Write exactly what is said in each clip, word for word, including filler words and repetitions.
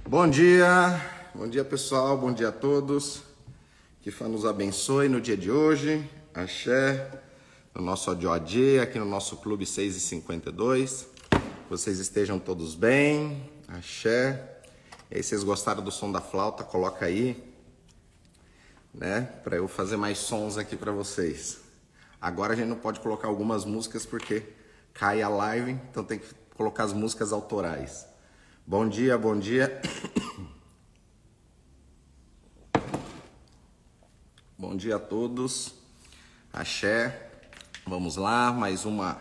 Bom dia, bom dia pessoal, bom dia a todos. Que Fá nos abençoe no dia de hoje. Axé, no nosso A D aqui no nosso Clube seis e cinquenta e dois. Vocês estejam todos bem. Axé. E aí, vocês gostaram do som da flauta? Coloca aí, né? Para eu fazer mais sons aqui para vocês. Agora a gente não pode colocar algumas músicas porque cai a live, então tem que colocar as músicas autorais. Bom dia, bom dia. Bom dia a todos. Axé. Vamos lá, mais uma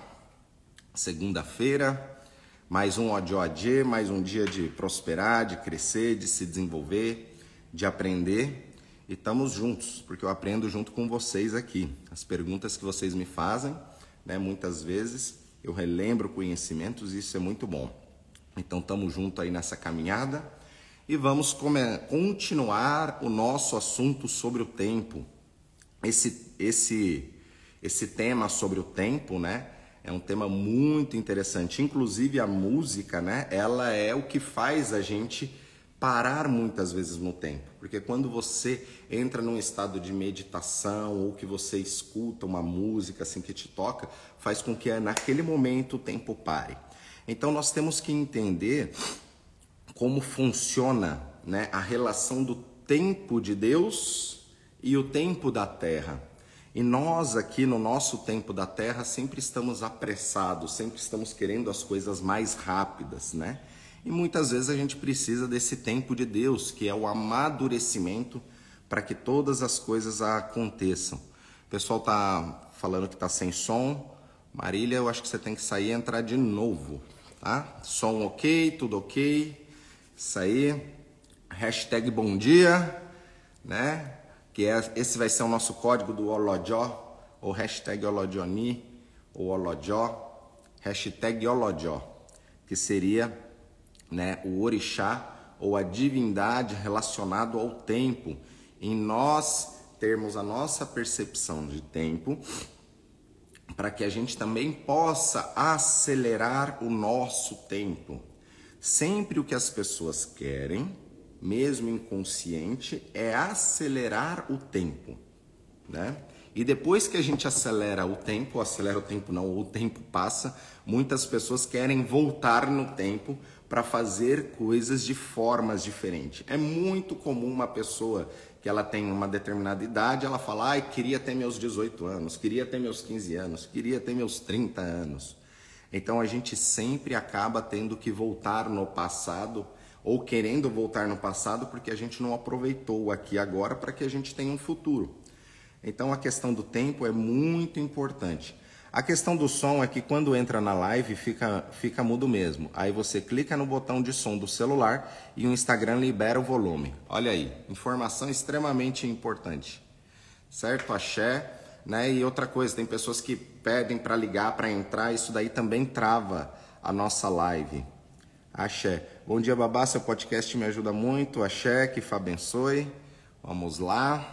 segunda-feira, mais um O D O, mais um dia de prosperar, de crescer, de se desenvolver, de aprender. E estamos juntos, porque eu aprendo junto com vocês aqui. As perguntas que vocês me fazem, né, muitas vezes eu relembro conhecimentos e isso é muito bom. Então estamos juntos aí nessa caminhada e vamos continuar o nosso assunto sobre o tempo. Esse, esse, esse tema sobre o tempo, né, é um tema muito interessante. Inclusive a música, né, ela é o que faz a gente parar muitas vezes no tempo. Porque quando você entra num estado de meditação ou que você escuta uma música assim que te toca, faz com que naquele momento o tempo pare. Então nós temos que entender como funciona, né, a relação do tempo de Deus e o tempo da terra. E nós aqui no nosso tempo da terra sempre estamos apressados, sempre estamos querendo as coisas mais rápidas, né? E muitas vezes a gente precisa desse tempo de Deus, que é o amadurecimento para que todas as coisas aconteçam. O pessoal tá falando que tá sem som. Marília, eu acho que você tem que sair e entrar de novo, tá? Som ok, tudo ok. Isso aí. Hashtag bom dia, né? Que é, esse vai ser o nosso código do Olojó, ou hashtag Olojoni, ou Olojó, hashtag Olojó, que seria, né, o orixá ou a divindade relacionado ao tempo, em nós termos a nossa percepção de tempo, para que a gente também possa acelerar o nosso tempo. Sempre o que as pessoas querem, mesmo inconsciente, é acelerar o tempo, né? E depois que a gente acelera o tempo, acelera o tempo não, o tempo passa, muitas pessoas querem voltar no tempo para fazer coisas de formas diferentes. É muito comum uma pessoa que ela tem uma determinada idade, ela fala, ai, queria ter meus dezoito anos, queria ter meus quinze anos, queria ter meus trinta anos. Então a gente sempre acaba tendo que voltar no passado, ou querendo voltar no passado, porque a gente não aproveitou o aqui e agora para que a gente tenha um futuro. Então a questão do tempo é muito importante. A questão do som é que quando entra na live fica, fica mudo mesmo. Aí você clica no botão de som do celular e o Instagram libera o volume. Olha aí, informação extremamente importante. Certo? Axé, né? E outra coisa, tem pessoas que pedem para ligar, para entrar, isso daí também trava a nossa live. Axé. Bom dia, Babá, seu podcast me ajuda muito. Axé, que Fá abençoe. Vamos lá.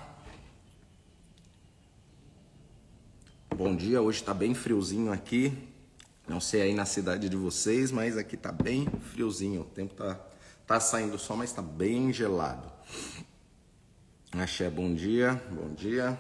Bom dia, hoje tá bem friozinho aqui. Não sei aí na cidade de vocês, mas aqui tá bem friozinho. O tempo tá, tá saindo sol, mas tá bem gelado. Axé, bom dia, bom dia.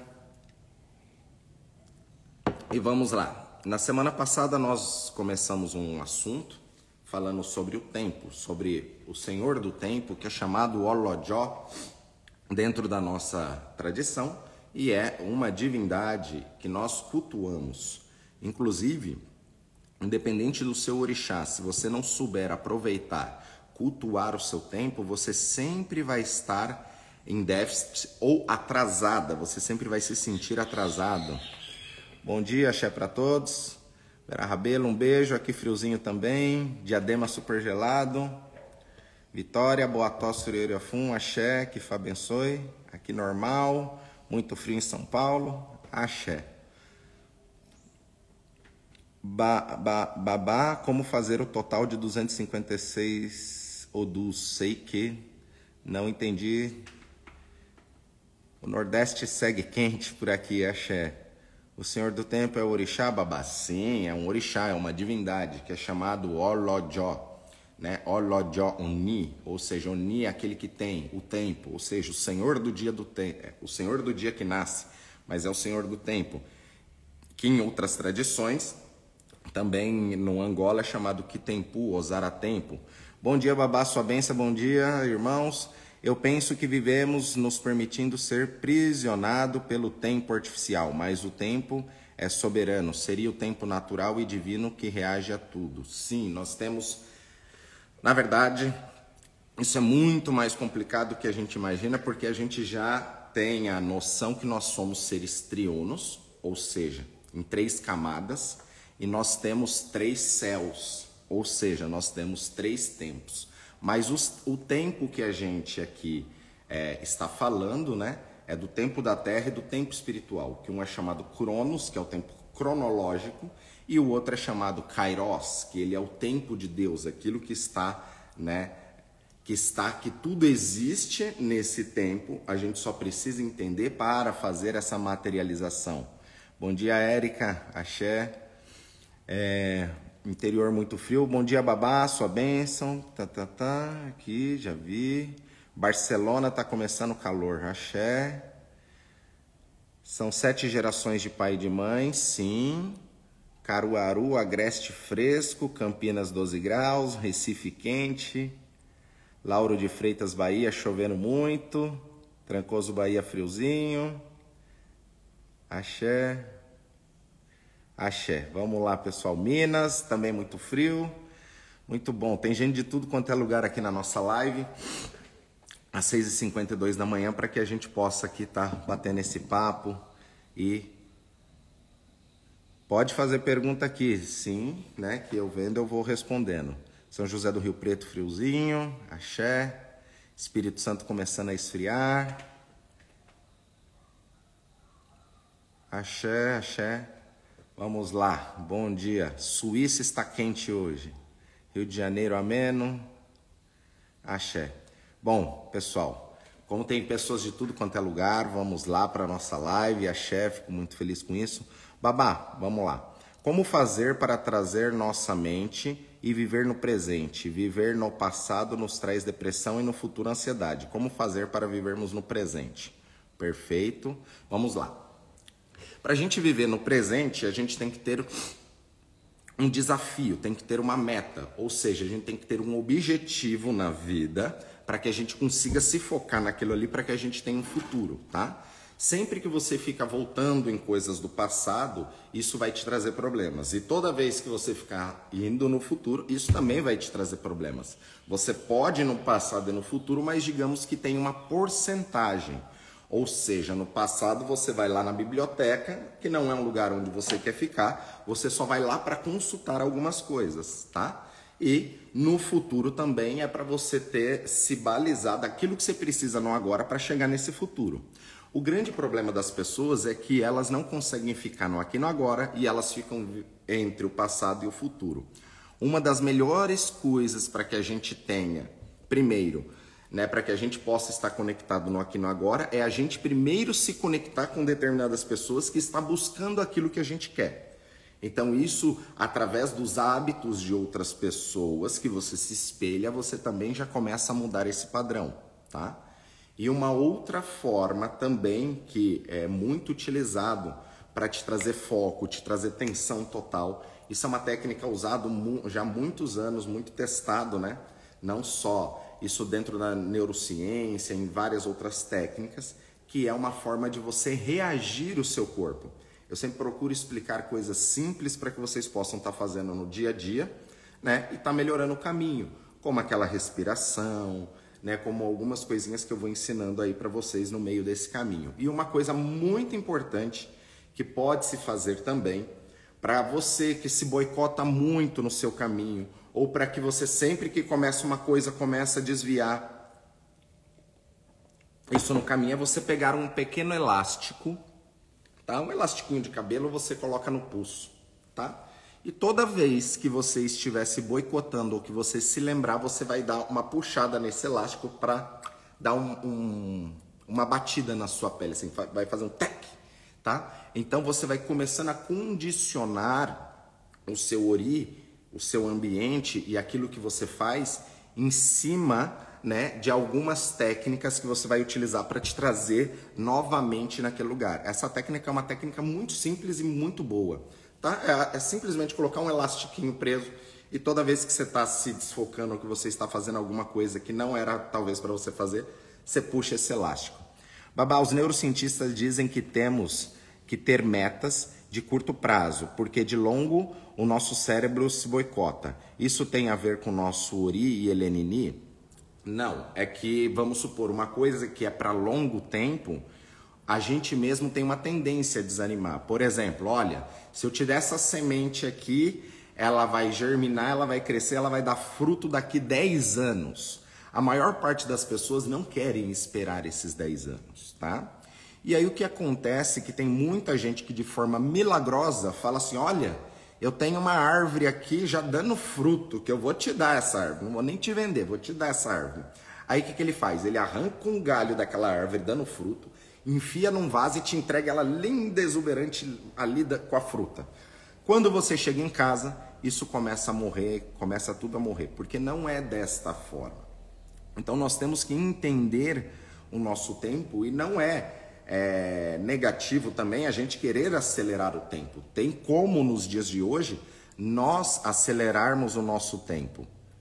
E vamos lá. Na semana passada nós começamos um assunto falando sobre o tempo, sobre o Senhor do tempo, que é chamado Olojó dentro da nossa tradição, e é uma divindade que nós cultuamos. Inclusive, independente do seu orixá, se você não souber aproveitar, cultuar o seu tempo, você sempre vai estar em déficit ou atrasada, você sempre vai se sentir atrasado. Bom dia, axé para todos. Vera Rabelo, um beijo, aqui friozinho também. Diadema super gelado. Vitória, Boató, Suririafum, axé, que Fá abençoe. Aqui normal, muito frio em São Paulo, axé. Ba, ba, babá, como fazer o total de duzentos e cinquenta e seis odus? Sei que não entendi. O Nordeste segue quente por aqui, axé. O Senhor do Tempo é o orixá, Babá? Sim, é um orixá, é uma divindade que é chamado Olojó. né? Olojo Oni, ou seja, Oni é aquele que tem o tempo, ou seja, o Senhor do dia do tempo, o Senhor do dia que nasce, mas é o Senhor do tempo, que em outras tradições, também no Angola é chamado Kitempu, ou Zaratempo. Bom dia, babá, sua bênção, bom dia, irmãos. Eu penso que vivemos nos permitindo ser prisionado pelo tempo artificial, mas o tempo é soberano, seria o tempo natural e divino que reage a tudo. Sim, nós temos... Na verdade, isso é muito mais complicado do que a gente imagina, porque a gente já tem a noção que nós somos seres triunos, ou seja, em três camadas, e nós temos três céus, ou seja, nós temos três tempos. Mas os, o tempo que a gente aqui é, está falando, né, é do tempo da Terra e do tempo espiritual, que um é chamado Cronos, que é o tempo cronológico, e o outro é chamado Kairos, que ele é o tempo de Deus, aquilo que está, né, que está, que tudo existe nesse tempo, a gente só precisa entender para fazer essa materialização. Bom dia, Érica, axé, é, interior muito frio, bom dia, babá, sua bênção, tá, tá, tá, aqui, já vi, Barcelona tá começando o calor, axé, são sete gerações de pai e de mãe, sim, Caruaru, Agreste fresco, Campinas doze graus, Recife quente, Lauro de Freitas, Bahia, chovendo muito, Trancoso, Bahia, friozinho, axé, axé, vamos lá pessoal, Minas, também muito frio, muito bom, tem gente de tudo quanto é lugar aqui na nossa live, às seis e cinquenta e dois da manhã, para que a gente possa aqui estar tá batendo esse papo e... Pode fazer pergunta aqui, sim, né? Que eu vendo, eu vou respondendo. São José do Rio Preto, friozinho, axé. Espírito Santo começando a esfriar. Axé, axé. Vamos lá, bom dia. Suíça está quente hoje. Rio de Janeiro, ameno. Axé. Bom, pessoal, como tem pessoas de tudo quanto é lugar, vamos lá para a nossa live. Axé, fico muito feliz com isso. Babá, vamos lá. Como fazer para trazer nossa mente e viver no presente? Viver no passado nos traz depressão e no futuro ansiedade. Como fazer para vivermos no presente? Perfeito. Vamos lá. Para a gente viver no presente, a gente tem que ter um desafio, tem que ter uma meta. Ou seja, a gente tem que ter um objetivo na vida para que a gente consiga se focar naquilo ali, para que a gente tenha um futuro, tá? Sempre que você fica voltando em coisas do passado, isso vai te trazer problemas. E toda vez que você ficar indo no futuro, isso também vai te trazer problemas. Você pode ir no passado e no futuro, mas digamos que tem uma porcentagem. Ou seja, no passado você vai lá na biblioteca, que não é um lugar onde você quer ficar, você só vai lá para consultar algumas coisas, tá? E no futuro também é para você ter se balizado aquilo que você precisa no agora para chegar nesse futuro. O grande problema das pessoas é que elas não conseguem ficar no aqui e no agora e elas ficam entre o passado e o futuro. Uma das melhores coisas para que a gente tenha, primeiro, né, para que a gente possa estar conectado no aqui e no agora, é a gente primeiro se conectar com determinadas pessoas que estão buscando aquilo que a gente quer. Então isso, através dos hábitos de outras pessoas que você se espelha, você também já começa a mudar esse padrão, tá? E uma outra forma também que é muito utilizado para te trazer foco, te trazer tensão total. Isso é uma técnica usada já há muitos anos, muito testado, né? Não só isso dentro da neurociência, em várias outras técnicas, que é uma forma de você reagir o seu corpo. Eu sempre procuro explicar coisas simples para que vocês possam estar fazendo no dia a dia, né? E estar melhorando o caminho, como aquela respiração, né, como algumas coisinhas que eu vou ensinando aí para vocês no meio desse caminho. E uma coisa muito importante que pode se fazer também, para você que se boicota muito no seu caminho, ou para que você sempre que começa uma coisa, começa a desviar isso no caminho, é você pegar um pequeno elástico, tá? Um elastiquinho de cabelo, você coloca no pulso, tá? E toda vez que você estiver se boicotando ou que você se lembrar, você vai dar uma puxada nesse elástico para dar um, um, uma batida na sua pele, assim, vai fazer um tec, tá? Então você vai começando a condicionar o seu ori, o seu ambiente e aquilo que você faz em cima, né, de algumas técnicas que você vai utilizar para te trazer novamente naquele lugar. Essa técnica é uma técnica muito simples e muito boa, tá? É, é simplesmente colocar um elastiquinho preso e toda vez que você está se desfocando ou que você está fazendo alguma coisa que não era talvez para você fazer, você puxa esse elástico. Babá, os neurocientistas dizem que temos que ter metas de curto prazo, porque de longo o nosso cérebro se boicota. Isso tem a ver com o nosso Ori e Elenini? Não, é que, vamos supor, uma coisa que é para longo tempo, a gente mesmo tem uma tendência a desanimar. Por exemplo, olha, se eu te der essa semente aqui, ela vai germinar, ela vai crescer, ela vai dar fruto daqui dez anos. A maior parte das pessoas não querem esperar esses dez anos, tá? E aí o que acontece é que tem muita gente que de forma milagrosa fala assim, olha, eu tenho uma árvore aqui já dando fruto, que eu vou te dar essa árvore, não vou nem te vender, vou te dar essa árvore. Aí o que, que ele faz? Ele arranca um galho daquela árvore dando fruto, enfia num vaso e te entrega ela linda, exuberante ali da, com a fruta. Quando você chega em casa, isso começa a morrer, começa tudo a morrer, porque não é desta forma. Então nós temos que entender o nosso tempo e não é... É negativo também a gente querer acelerar o tempo. Tem como nos dias de hoje nós acelerarmos o nosso tempo.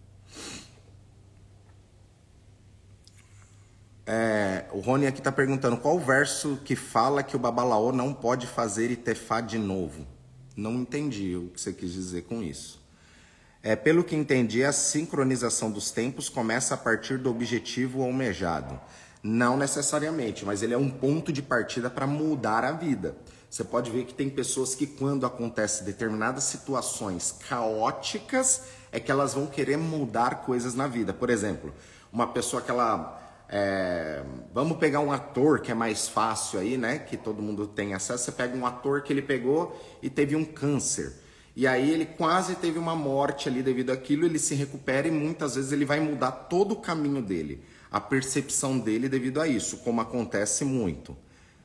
É, o Rony aqui está perguntando qual o verso que fala que o Babalaô não pode fazer Itefá de novo. Não entendi o que você quis dizer com isso. É, pelo que entendi, a sincronização dos tempos começa a partir do objetivo almejado. Não necessariamente, mas ele é um ponto de partida para mudar a vida. Você pode ver que tem pessoas que quando acontecem determinadas situações caóticas, é que elas vão querer mudar coisas na vida. Por exemplo, uma pessoa que ela... É, vamos pegar um ator que é mais fácil aí, né? Que todo mundo tem acesso. Você pega um ator que ele pegou e teve um câncer. E aí ele quase teve uma morte ali devido àquilo, ele se recupera e muitas vezes ele vai mudar todo o caminho dele. A percepção dele devido a isso, como acontece muito.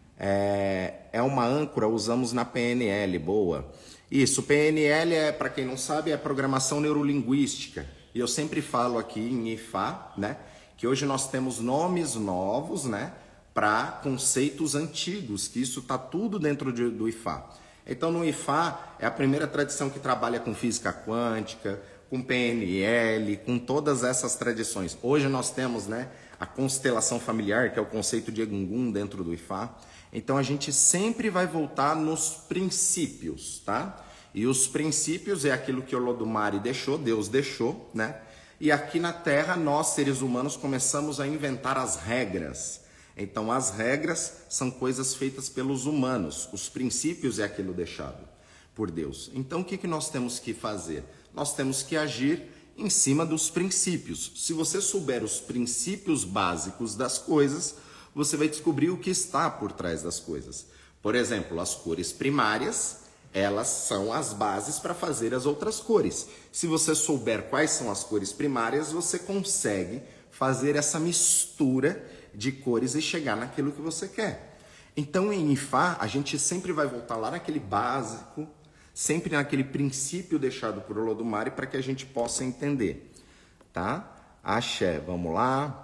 É, é uma âncora, usamos na P N L, boa. Isso, P N L, é, para quem não sabe, é programação neurolinguística. E eu sempre falo aqui em I F A, né, que hoje nós temos nomes novos, né, para conceitos antigos, que isso está tudo dentro de, do I F A. Então no I F A é a primeira tradição que trabalha com física quântica, com P N L, com todas essas tradições. Hoje nós temos, né, a constelação familiar, que é o conceito de Egungun dentro do I F A. Então a gente sempre vai voltar nos princípios, tá? E os princípios é aquilo que Olodumare deixou, Deus deixou, né? E aqui na Terra, nós seres humanos começamos a inventar as regras. Então as regras são coisas feitas pelos humanos, os princípios é aquilo deixado por Deus. Então o que, que nós temos que fazer? Nós temos que agir em cima dos princípios. Se você souber os princípios básicos das coisas, você vai descobrir o que está por trás das coisas. Por exemplo, as cores primárias, elas são as bases para fazer as outras cores. Se você souber quais são as cores primárias, você consegue fazer essa mistura de cores e chegar naquilo que você quer. Então, em I F A, a gente sempre vai voltar lá naquele básico, sempre naquele princípio deixado por Olodumare para que a gente possa entender, tá? Axé, vamos lá.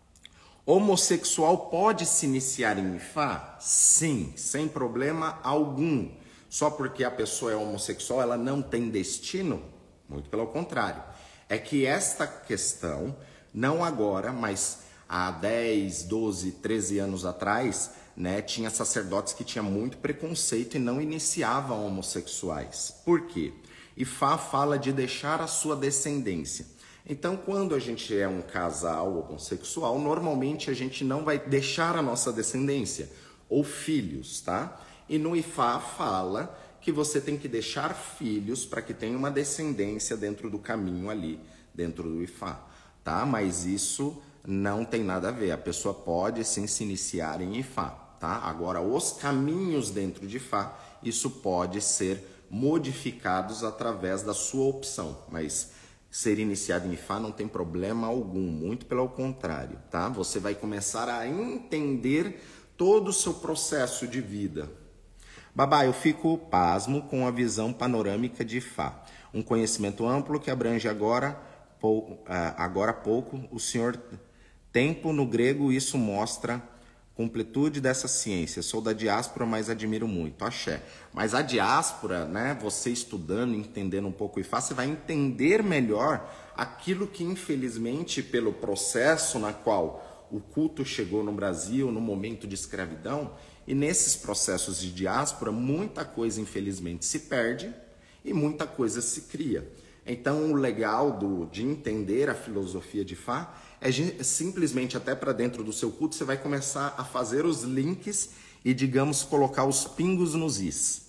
Homossexual pode se iniciar em I F A? Sim, sem problema algum. Só porque a pessoa é homossexual, ela não tem destino? Muito pelo contrário. É que esta questão, não agora, mas há dez, doze, treze anos atrás, né, tinha sacerdotes que tinham muito preconceito e não iniciavam homossexuais. Por quê? I F A fala de deixar a sua descendência. Então, quando a gente é um casal homossexual, normalmente a gente não vai deixar a nossa descendência ou filhos, tá? E no I F A fala que você tem que deixar filhos para que tenha uma descendência dentro do caminho ali, dentro do I F A, tá? Mas isso não tem nada a ver. A pessoa pode sim se iniciar em I F A, tá? Agora, os caminhos dentro de I F A, isso pode ser modificados através da sua opção, mas ser iniciado em I F A não tem problema algum, muito pelo contrário, tá? Você vai começar a entender todo o seu processo de vida. Babá, eu fico pasmo com a visão panorâmica de Fá. Um conhecimento amplo que abrange agora, pou, agora pouco. O senhor tempo no grego, isso mostra completude dessa ciência. Sou da diáspora, mas admiro muito. Axé. Mas a diáspora, né, você estudando, entendendo um pouco Ifá, você vai entender melhor aquilo que, infelizmente, pelo processo na qual o culto chegou no Brasil, no momento de escravidão, e nesses processos de diáspora, muita coisa, infelizmente, se perde e muita coisa se cria. Então, o legal do, de entender a filosofia de Fá é simplesmente até para dentro do seu culto, você vai começar a fazer os links e, digamos, colocar os pingos nos is.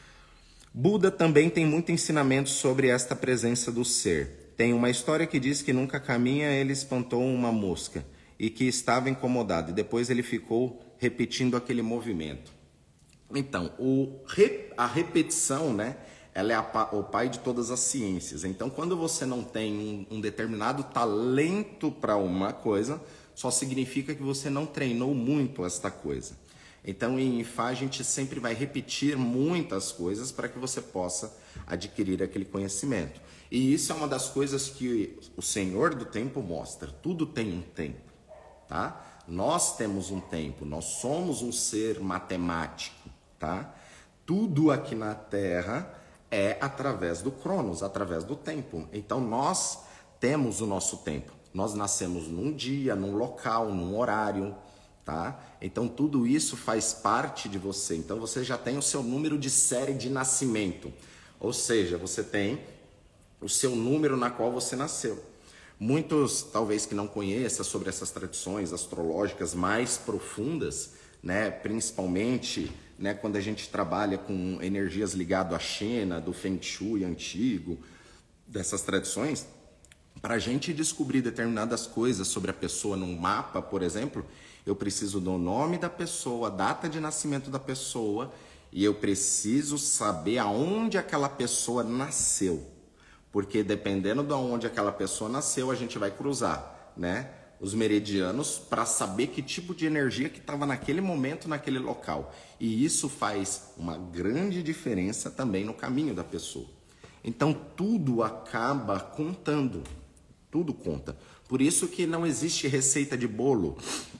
Buda também tem muito ensinamento sobre esta presença do ser. Tem uma história que diz que nunca caminha, ele espantou uma mosca e que estava incomodado. E depois ele ficou repetindo aquele movimento. Então, o, a repetição, né? Ela é a, o pai de todas as ciências. Então, quando você não tem um, um determinado talento para uma coisa, só significa que você não treinou muito esta coisa. Então, em Ifá, a gente sempre vai repetir muitas coisas para que você possa adquirir aquele conhecimento. E isso é uma das coisas que o Senhor do Tempo mostra. Tudo tem um tempo, tá? Nós temos um tempo, nós somos um ser matemático, tá? Tudo aqui na Terra é através do Cronos, através do tempo. Então, nós temos o nosso tempo. Nós nascemos num dia, num local, num horário, tá? Então, tudo isso faz parte de você. Então, você já tem o seu número de série de nascimento. Ou seja, você tem o seu número na qual você nasceu. Muitos, talvez, que não conheçam sobre essas tradições astrológicas mais profundas, né, principalmente, né, quando a gente trabalha com energias ligadas à China, do Feng Shui antigo, dessas tradições, para a gente descobrir determinadas coisas sobre a pessoa num mapa, por exemplo, eu preciso do nome da pessoa, data de nascimento da pessoa, e eu preciso saber aonde aquela pessoa nasceu. Porque dependendo de onde aquela pessoa nasceu, a gente vai cruzar, né, os meridianos para saber que tipo de energia que estava naquele momento, naquele local. E isso faz uma grande diferença também no caminho da pessoa. Então, tudo acaba contando. Tudo conta. Por isso que não existe receita de bolo.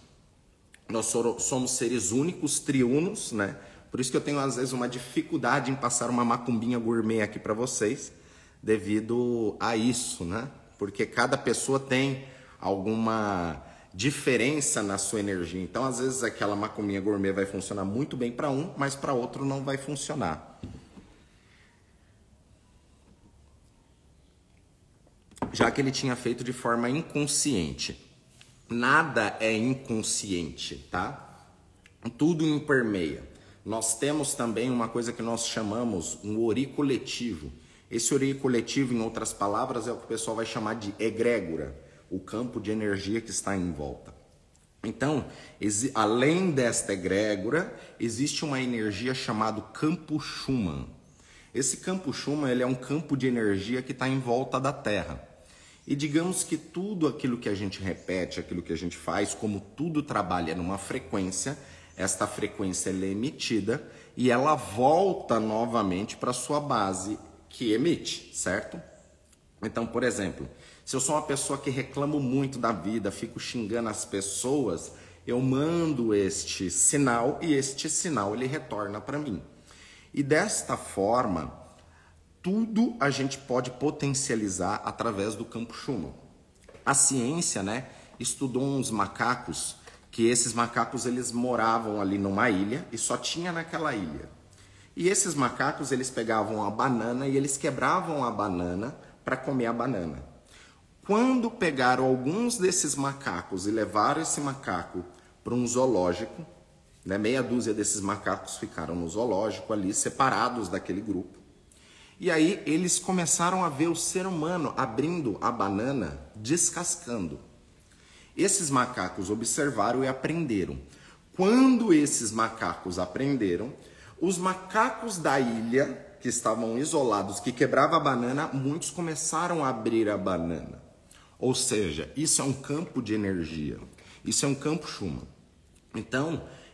Nós somos seres únicos, triunos, né? Por isso que eu tenho, às vezes, uma dificuldade em passar uma macumbinha gourmet aqui para vocês, devido a isso, né? Porque cada pessoa tem alguma diferença na sua energia. Então, às vezes, aquela macumbinha gourmet vai funcionar muito bem para um, mas para outro não vai funcionar. Já que ele tinha feito de forma inconsciente. Nada é inconsciente, tá? Tudo impermeia. Nós temos também uma coisa que nós chamamos um ori coletivo. Esse ori coletivo, em outras palavras, é o que o pessoal vai chamar de egrégora, o campo de energia que está em volta. Então, além desta egrégora, existe uma energia chamada campo Schumann. Esse campo Schumann, ele é um campo de energia que está em volta da Terra. E digamos que tudo aquilo que a gente repete, aquilo que a gente faz, como tudo trabalha numa frequência, esta frequência ela é emitida e ela volta novamente para a sua base que emite, certo? Então, por exemplo, se eu sou uma pessoa que reclamo muito da vida, fico xingando as pessoas, eu mando este sinal e este sinal ele retorna para mim. E desta forma, tudo a gente pode potencializar através do campo Schumann. A ciência, né, estudou uns macacos, que esses macacos eles moravam ali numa ilha e só tinha naquela ilha. E esses macacos eles pegavam a banana e eles quebravam a banana para comer a banana. Quando pegaram alguns desses macacos e levaram esse macaco para um zoológico, né, meia dúzia desses macacos ficaram no zoológico ali, separados daquele grupo. E aí eles começaram a ver o ser humano abrindo a banana, descascando. Esses macacos observaram e aprenderam. Quando esses macacos aprenderam, os macacos da ilha, que estavam isolados, que quebravam a banana, muitos começaram a abrir a banana. Ou seja, isso é um campo de energia. Isso é um campo Schumann. Então,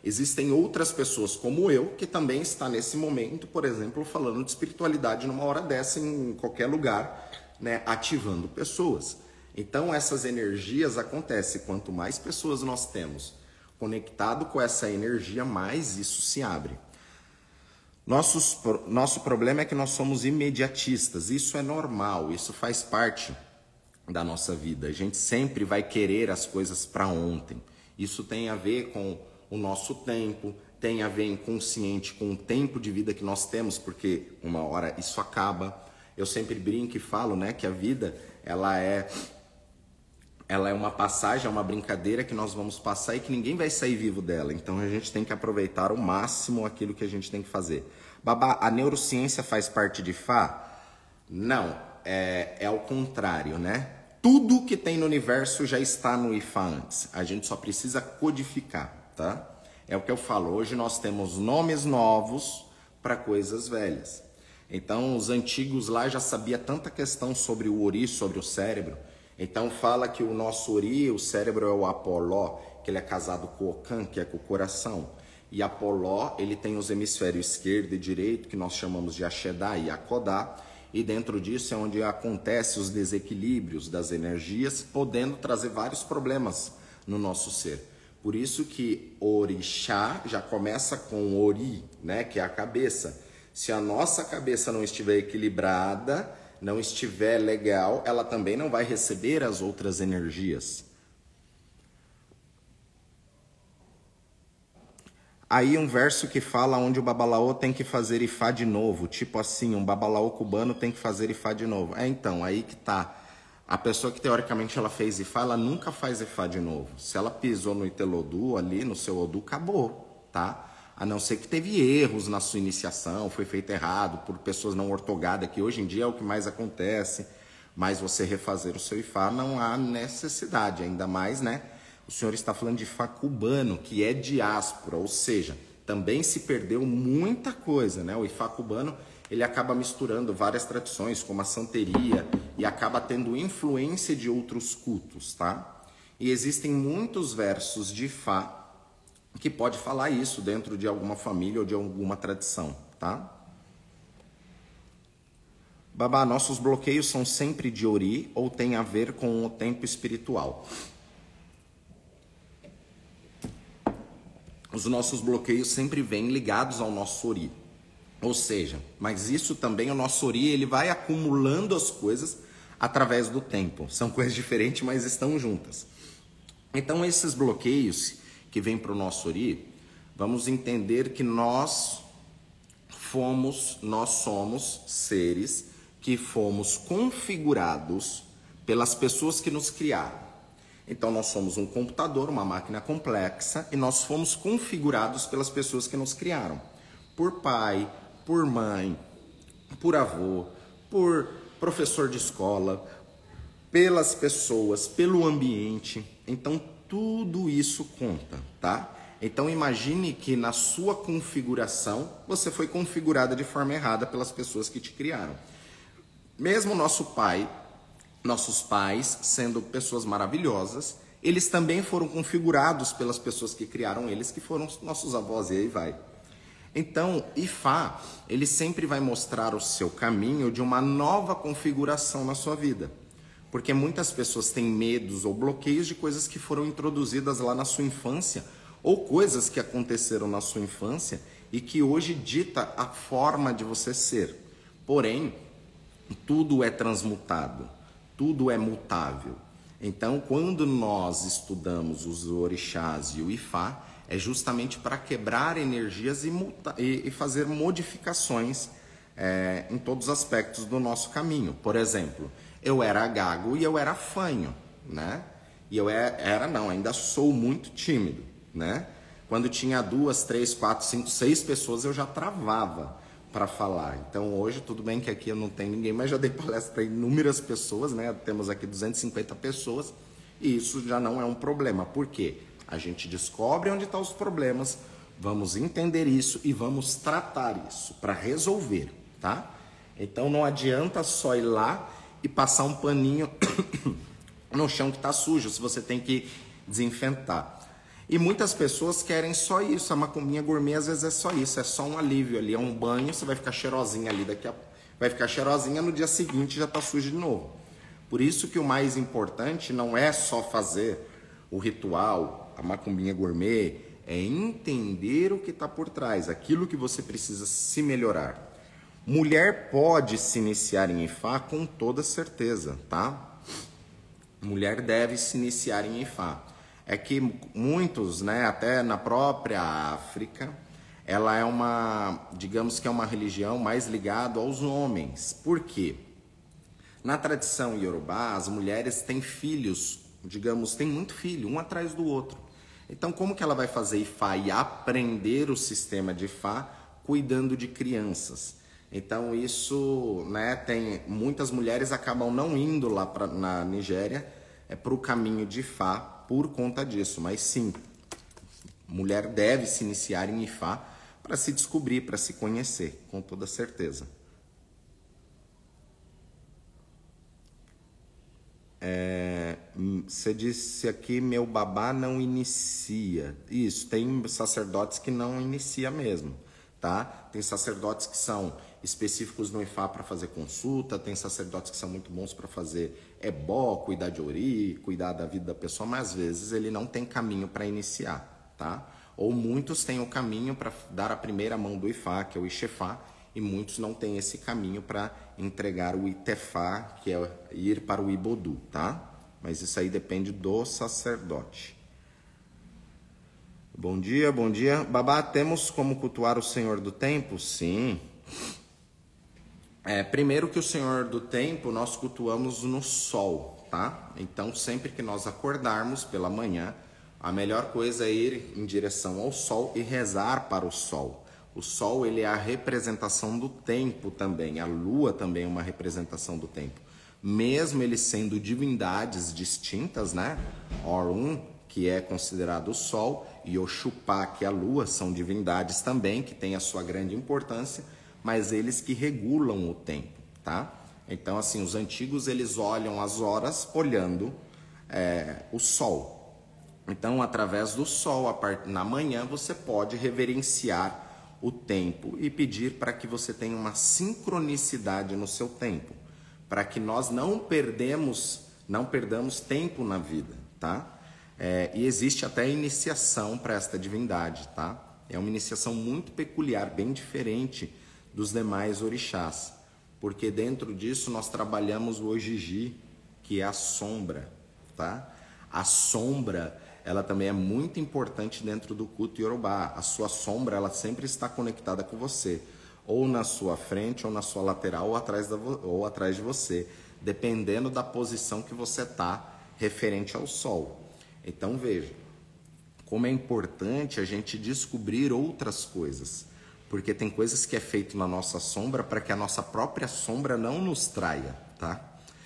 Existem outras pessoas como eu que também está nesse momento, por exemplo, falando de espiritualidade numa hora dessa em qualquer lugar, né, ativando pessoas. Então essas energias acontecem, quanto mais pessoas nós temos conectado com essa energia, mais isso se abre. Nossos, nosso problema é que nós somos imediatistas, isso é normal, isso faz parte da nossa vida. A gente sempre vai querer as coisas para ontem. Isso tem a ver com o nosso tempo, tem a ver inconsciente com o tempo de vida que nós temos, porque uma hora isso acaba. Eu sempre brinco e falo, né, que a vida ela é, ela é uma passagem, é uma brincadeira que nós vamos passar e que ninguém vai sair vivo dela. Então a gente tem que aproveitar ao máximo aquilo que a gente tem que fazer. Babá, a neurociência faz parte de Fá? Não, é, é ao contrário, né? Tudo que tem no universo já está no Ifá antes. A gente só precisa codificar, tá? É o que eu falo. Hoje nós temos nomes novos para coisas velhas. Então, os antigos lá já sabiam tanta questão sobre o Ori, sobre o cérebro. Então, fala que o nosso Ori, o cérebro é o Apoló, que ele é casado com o Ocan, que é com o coração. E Apoló, ele tem os hemisférios esquerdo e direito, que nós chamamos de Axedá e Akodá. E dentro disso é onde acontecem os desequilíbrios das energias, podendo trazer vários problemas no nosso ser. Por isso que Orixá já começa com Ori, né, que é a cabeça. Se a nossa cabeça não estiver equilibrada, não estiver legal, ela também não vai receber as outras energias. Aí um verso que fala onde o babalaô tem que fazer Ifá de novo. Tipo assim, um babalaô cubano tem que fazer Ifá de novo. É, então, aí que tá. A pessoa que teoricamente ela fez Ifá, ela nunca faz Ifá de novo. Se ela pisou no Itelodu ali, no seu Odu, acabou, tá? A não ser que teve erros na sua iniciação, foi feito errado por pessoas não ortogadas, que hoje em dia é o que mais acontece. Mas você refazer o seu Ifá não há necessidade, ainda mais, né? O senhor está falando de Ifá cubano, que é diáspora, ou seja, também se perdeu muita coisa, né? O Ifá cubano, ele acaba misturando várias tradições, como a santeria, e acaba tendo influência de outros cultos, tá? E existem muitos versos de Ifá que pode falar isso dentro de alguma família ou de alguma tradição, tá? Babá, nossos bloqueios são sempre de Ori ou tem a ver com o tempo espiritual? Os nossos bloqueios sempre vêm ligados ao nosso Ori. Ou seja, mas isso também, o nosso Ori, ele vai acumulando as coisas através do tempo. São coisas diferentes, mas estão juntas. Então, esses bloqueios que vêm para o nosso Ori, vamos entender que nós fomos, nós somos seres que fomos configurados pelas pessoas que nos criaram. Então, nós somos um computador, uma máquina complexa, e nós fomos configurados pelas pessoas que nos criaram. Por pai, por mãe, por avô, por professor de escola, pelas pessoas, pelo ambiente. Então, tudo isso conta, tá? Então, imagine que na sua configuração, você foi configurada de forma errada pelas pessoas que te criaram. Mesmo nosso pai... Nossos pais, sendo pessoas maravilhosas, eles também foram configurados pelas pessoas que criaram eles, que foram nossos avós, e aí vai. Então, Ifá, ele sempre vai mostrar o seu caminho de uma nova configuração na sua vida. Porque muitas pessoas têm medos ou bloqueios de coisas que foram introduzidas lá na sua infância, ou coisas que aconteceram na sua infância e que hoje dita a forma de você ser. Porém, tudo é transmutado. Tudo é mutável. Então, quando nós estudamos os orixás e o Ifá, é justamente para quebrar energias e, muta e, e fazer modificações é, em todos os aspectos do nosso caminho. Por exemplo, eu era gago e eu era fanho, né? E eu era, era não, ainda sou muito tímido, né? Quando tinha duas, três, quatro, cinco, seis pessoas, eu já travava para falar. Então hoje, tudo bem que aqui eu não tenho ninguém, mas já dei palestra para inúmeras pessoas, né? Temos aqui duzentas e cinquenta pessoas e isso já não é um problema. Por quê? A gente descobre onde estão os problemas, vamos entender isso e vamos tratar isso para resolver, tá? Então não adianta só ir lá e passar um paninho no chão que está sujo, se você tem que desinfetar. E muitas pessoas querem só isso. A macumbinha gourmet às vezes é só isso, é só um alívio ali, é um banho, você vai ficar cheirosinha ali, daqui a... vai ficar cheirosinha, no dia seguinte já tá sujo de novo. Por isso que o mais importante não é só fazer o ritual, a macumbinha gourmet, é entender o que está por trás, aquilo que você precisa se melhorar. Mulher pode se iniciar em Ifá com toda certeza, tá? Mulher deve se iniciar em Ifá. É que muitos, né, até na própria África, ela é uma, digamos que é uma religião mais ligada aos homens. Por quê? Na tradição iorubá, as mulheres têm filhos, digamos, têm muito filho, um atrás do outro. Então, como que ela vai fazer Ifá e aprender o sistema de Ifá cuidando de crianças? Então, isso, né, tem muitas mulheres acabam não indo lá pra, na Nigéria é, para o caminho de Ifá por conta disso. Mas sim, mulher deve se iniciar em Ifá para se descobrir, para se conhecer, com toda certeza. É, você disse aqui, meu babá não inicia. Isso, tem sacerdotes que não inicia mesmo, tá? Tem sacerdotes que são específicos no Ifá para fazer consulta, tem sacerdotes que são muito bons para fazer ebó, cuidar de ori, cuidar da vida da pessoa, mas às vezes ele não tem caminho para iniciar, tá? Ou muitos têm o caminho para dar a primeira mão do Ifá, que é o Ixefá, e muitos não têm esse caminho para entregar o Itefá, que é ir para o Ibodu, tá? Mas isso aí depende do sacerdote. Bom dia, bom dia. Babá, temos como cultuar o Senhor do Tempo? Sim. É, primeiro que o Senhor do Tempo nós cultuamos no sol, tá? Então, sempre que nós acordarmos pela manhã, a melhor coisa é ir em direção ao sol e rezar para o sol. O sol, ele é a representação do tempo também. A lua também é uma representação do tempo. Mesmo eles sendo divindades distintas, né? Orun, que é considerado o sol, e Oxupá, que é a lua, são divindades também, que têm a sua grande importância, mas eles que regulam o tempo, tá? Então, assim, os antigos, eles olham as horas olhando é, o sol. Então, através do sol, a part... na manhã, você pode reverenciar o tempo e pedir para que você tenha uma sincronicidade no seu tempo, para que nós não perdemos, não perdamos tempo na vida, tá? É, e existe até iniciação para esta divindade, tá? É uma iniciação muito peculiar, bem diferente dos demais orixás, porque dentro disso nós trabalhamos o Ojiji, que é a sombra, tá? A sombra, ela também é muito importante dentro do culto iorubá. A sua sombra, ela sempre está conectada com você, ou na sua frente, ou na sua lateral, ou atrás, da, ou atrás de você, dependendo da posição que você está referente ao sol. Então veja, como é importante a gente descobrir outras coisas, porque tem coisas que é feito na nossa sombra para que a nossa própria sombra não nos traia, tá?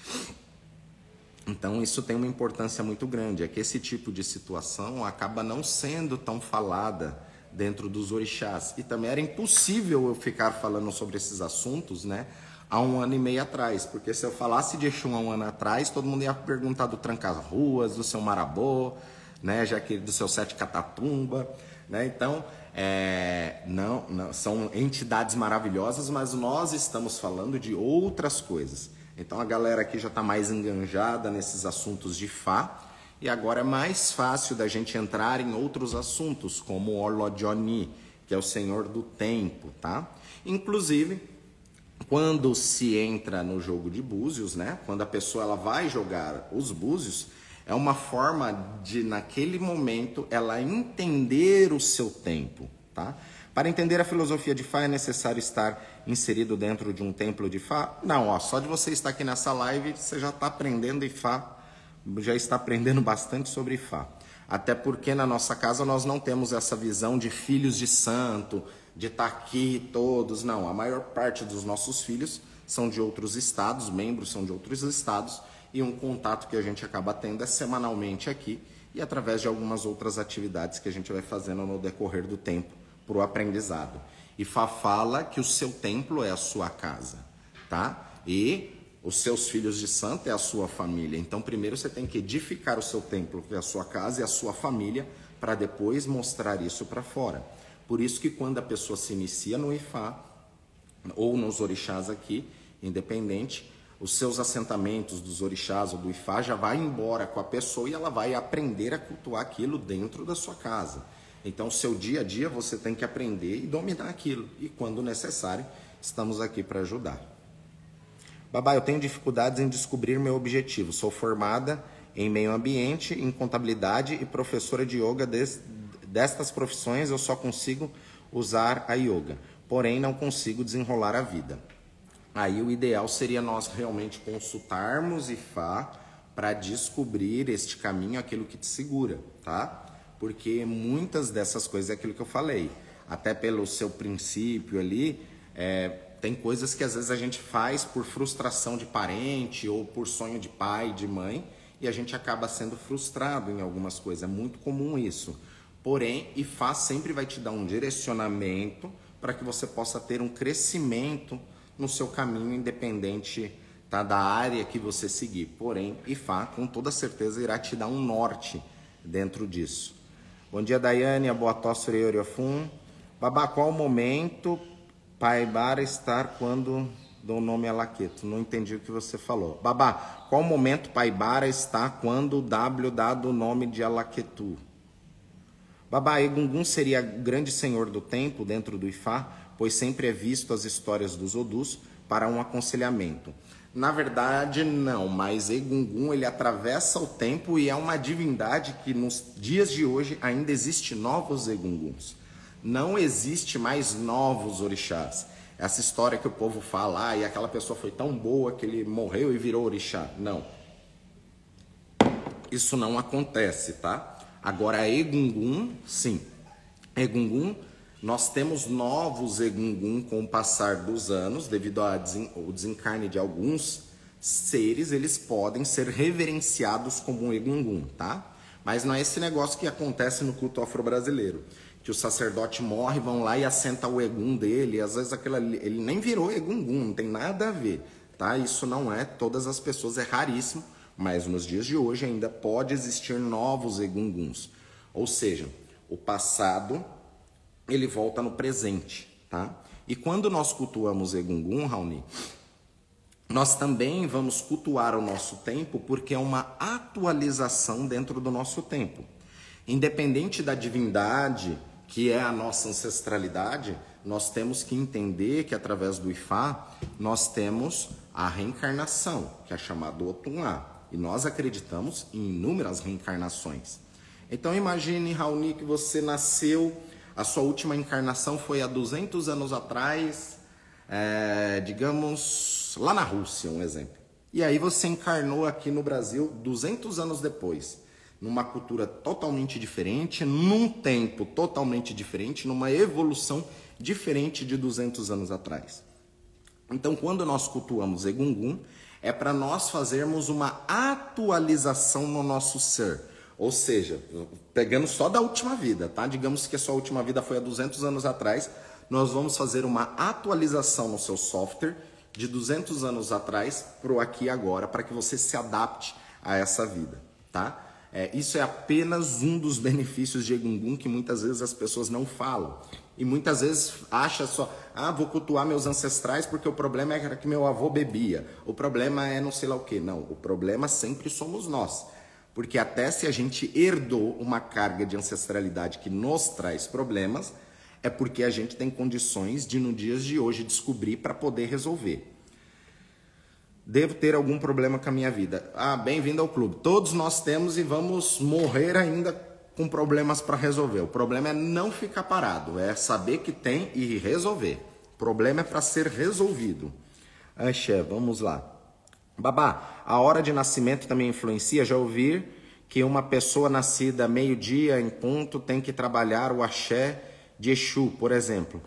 Então isso tem uma importância muito grande, é que esse tipo de situação acaba não sendo tão falada dentro dos orixás. E também era impossível eu ficar falando sobre esses assuntos, né, há um ano e meio atrás, porque se eu falasse de Exum há um ano atrás, todo mundo ia perguntar do Tranca-Ruas, do seu Marabô, né, já que do seu Sete Catatumba, né? Então é, não, não, são entidades maravilhosas, mas nós estamos falando de outras coisas. Então a galera aqui já está mais enganjada nesses assuntos de Fá, e agora é mais fácil da gente entrar em outros assuntos, como o Olodjoni, que é o Senhor do Tempo, tá? Inclusive, quando se entra no jogo de búzios, né? Quando a pessoa ela vai jogar os búzios, é uma forma de, naquele momento, ela entender o seu tempo, tá? Para entender a filosofia de Fá, é necessário estar inserido dentro de um templo de Fá? Não, ó, só de você estar aqui nessa live, você já está aprendendo Ifá, já está aprendendo bastante sobre Ifá. Até porque na nossa casa nós não temos essa visão de filhos de santo, de estar aqui todos, não. A maior parte dos nossos filhos são de outros estados, membros são de outros estados, e um contato que a gente acaba tendo é semanalmente aqui e através de algumas outras atividades que a gente vai fazendo no decorrer do tempo para o aprendizado. Ifá fala que o seu templo é a sua casa, tá? E os seus filhos de santo é a sua família. Então, primeiro você tem que edificar o seu templo, que é a sua casa e a sua família, para depois mostrar isso para fora. Por isso que quando a pessoa se inicia no Ifá, ou nos orixás aqui, independente, os seus assentamentos dos orixás ou do Ifá já vai embora com a pessoa e ela vai aprender a cultuar aquilo dentro da sua casa. Então, seu dia a dia você tem que aprender e dominar aquilo. E quando necessário, estamos aqui para ajudar. Babá, eu tenho dificuldades em descobrir meu objetivo. Sou formada em meio ambiente, em contabilidade e professora de yoga. Des, destas profissões eu só consigo usar a yoga, porém não consigo desenrolar a vida. Aí o ideal seria nós realmente consultarmos Ifá para descobrir este caminho, aquilo que te segura, tá? Porque muitas dessas coisas é aquilo que eu falei, até pelo seu princípio ali, é, tem coisas que às vezes a gente faz por frustração de parente ou por sonho de pai, de mãe, e a gente acaba sendo frustrado em algumas coisas, é muito comum isso. Porém, Ifá sempre vai te dar um direcionamento para que você possa ter um crescimento no seu caminho, independente, tá, da área que você seguir. Porém, Ifá, com toda certeza, irá te dar um norte dentro disso. Bom dia, Daiane. Boa tosse, Oriofum. Babá, qual o momento Paibara estar quando dou o nome a Laqueto? Não entendi o que você falou. Babá, qual o momento Paibara está quando o W dá do nome de Alaquetu? Babá, Egungun seria grande senhor do tempo dentro do Ifá, pois sempre é visto as histórias dos Odus para um aconselhamento. Na verdade, não, mas Egungun ele atravessa o tempo e é uma divindade que nos dias de hoje ainda existe novos Egunguns. Não existe mais novos orixás. Essa história que o povo fala, ah, e aquela pessoa foi tão boa que ele morreu e virou orixá. Não. Isso não acontece, tá? Agora, Egungun, sim. Egungun, nós temos novos Egungun com o passar dos anos, devido ao desencarne de alguns seres, eles podem ser reverenciados como um Egungun, tá? Mas não é esse negócio que acontece no culto afro-brasileiro, que o sacerdote morre, vão lá e assenta o Egum dele, e às vezes aquilo ali, ele nem virou Egungun, não tem nada a ver, tá? Isso não é todas as pessoas, é raríssimo, mas nos dias de hoje ainda pode existir novos Egunguns. Ou seja, o passado, ele volta no presente, tá? E quando nós cultuamos Egungun, Raoni, nós também vamos cultuar o nosso tempo porque é uma atualização dentro do nosso tempo. Independente da divindade, que é a nossa ancestralidade, nós temos que entender que através do Ifá, nós temos a reencarnação, que é chamado Otunhá. E nós acreditamos em inúmeras reencarnações. Então imagine, Raoni, que você nasceu, a sua última encarnação foi há duzentos anos atrás, é, digamos, lá na Rússia, um exemplo. E aí você encarnou aqui no Brasil duzentos anos depois, numa cultura totalmente diferente, num tempo totalmente diferente, numa evolução diferente de duzentos anos atrás. Então, quando nós cultuamos Egungun, é para nós fazermos uma atualização no nosso ser. Ou seja, pegando só da última vida, tá? Digamos que a sua última vida foi há duzentos anos atrás, nós vamos fazer uma atualização no seu software de duzentos anos atrás para o aqui e agora, para que você se adapte a essa vida, tá? É, isso é apenas um dos benefícios de Egungun que muitas vezes as pessoas não falam. E muitas vezes acha só, ah, vou cultuar meus ancestrais porque o problema era que meu avô bebia. O problema é não sei lá o quê. Não, o problema sempre somos nós. Porque até se a gente herdou uma carga de ancestralidade que nos traz problemas, é porque a gente tem condições de, no dias de hoje, descobrir para poder resolver. Devo ter algum problema com a minha vida. Ah, bem-vindo ao clube. Todos nós temos e vamos morrer ainda com problemas para resolver. O problema é não ficar parado, é saber que tem e resolver. O problema é para ser resolvido. Axé, vamos lá. Babá, a hora de nascimento também influencia? Já ouvi que uma pessoa nascida meio-dia em ponto tem que trabalhar o axé de Exu, por exemplo.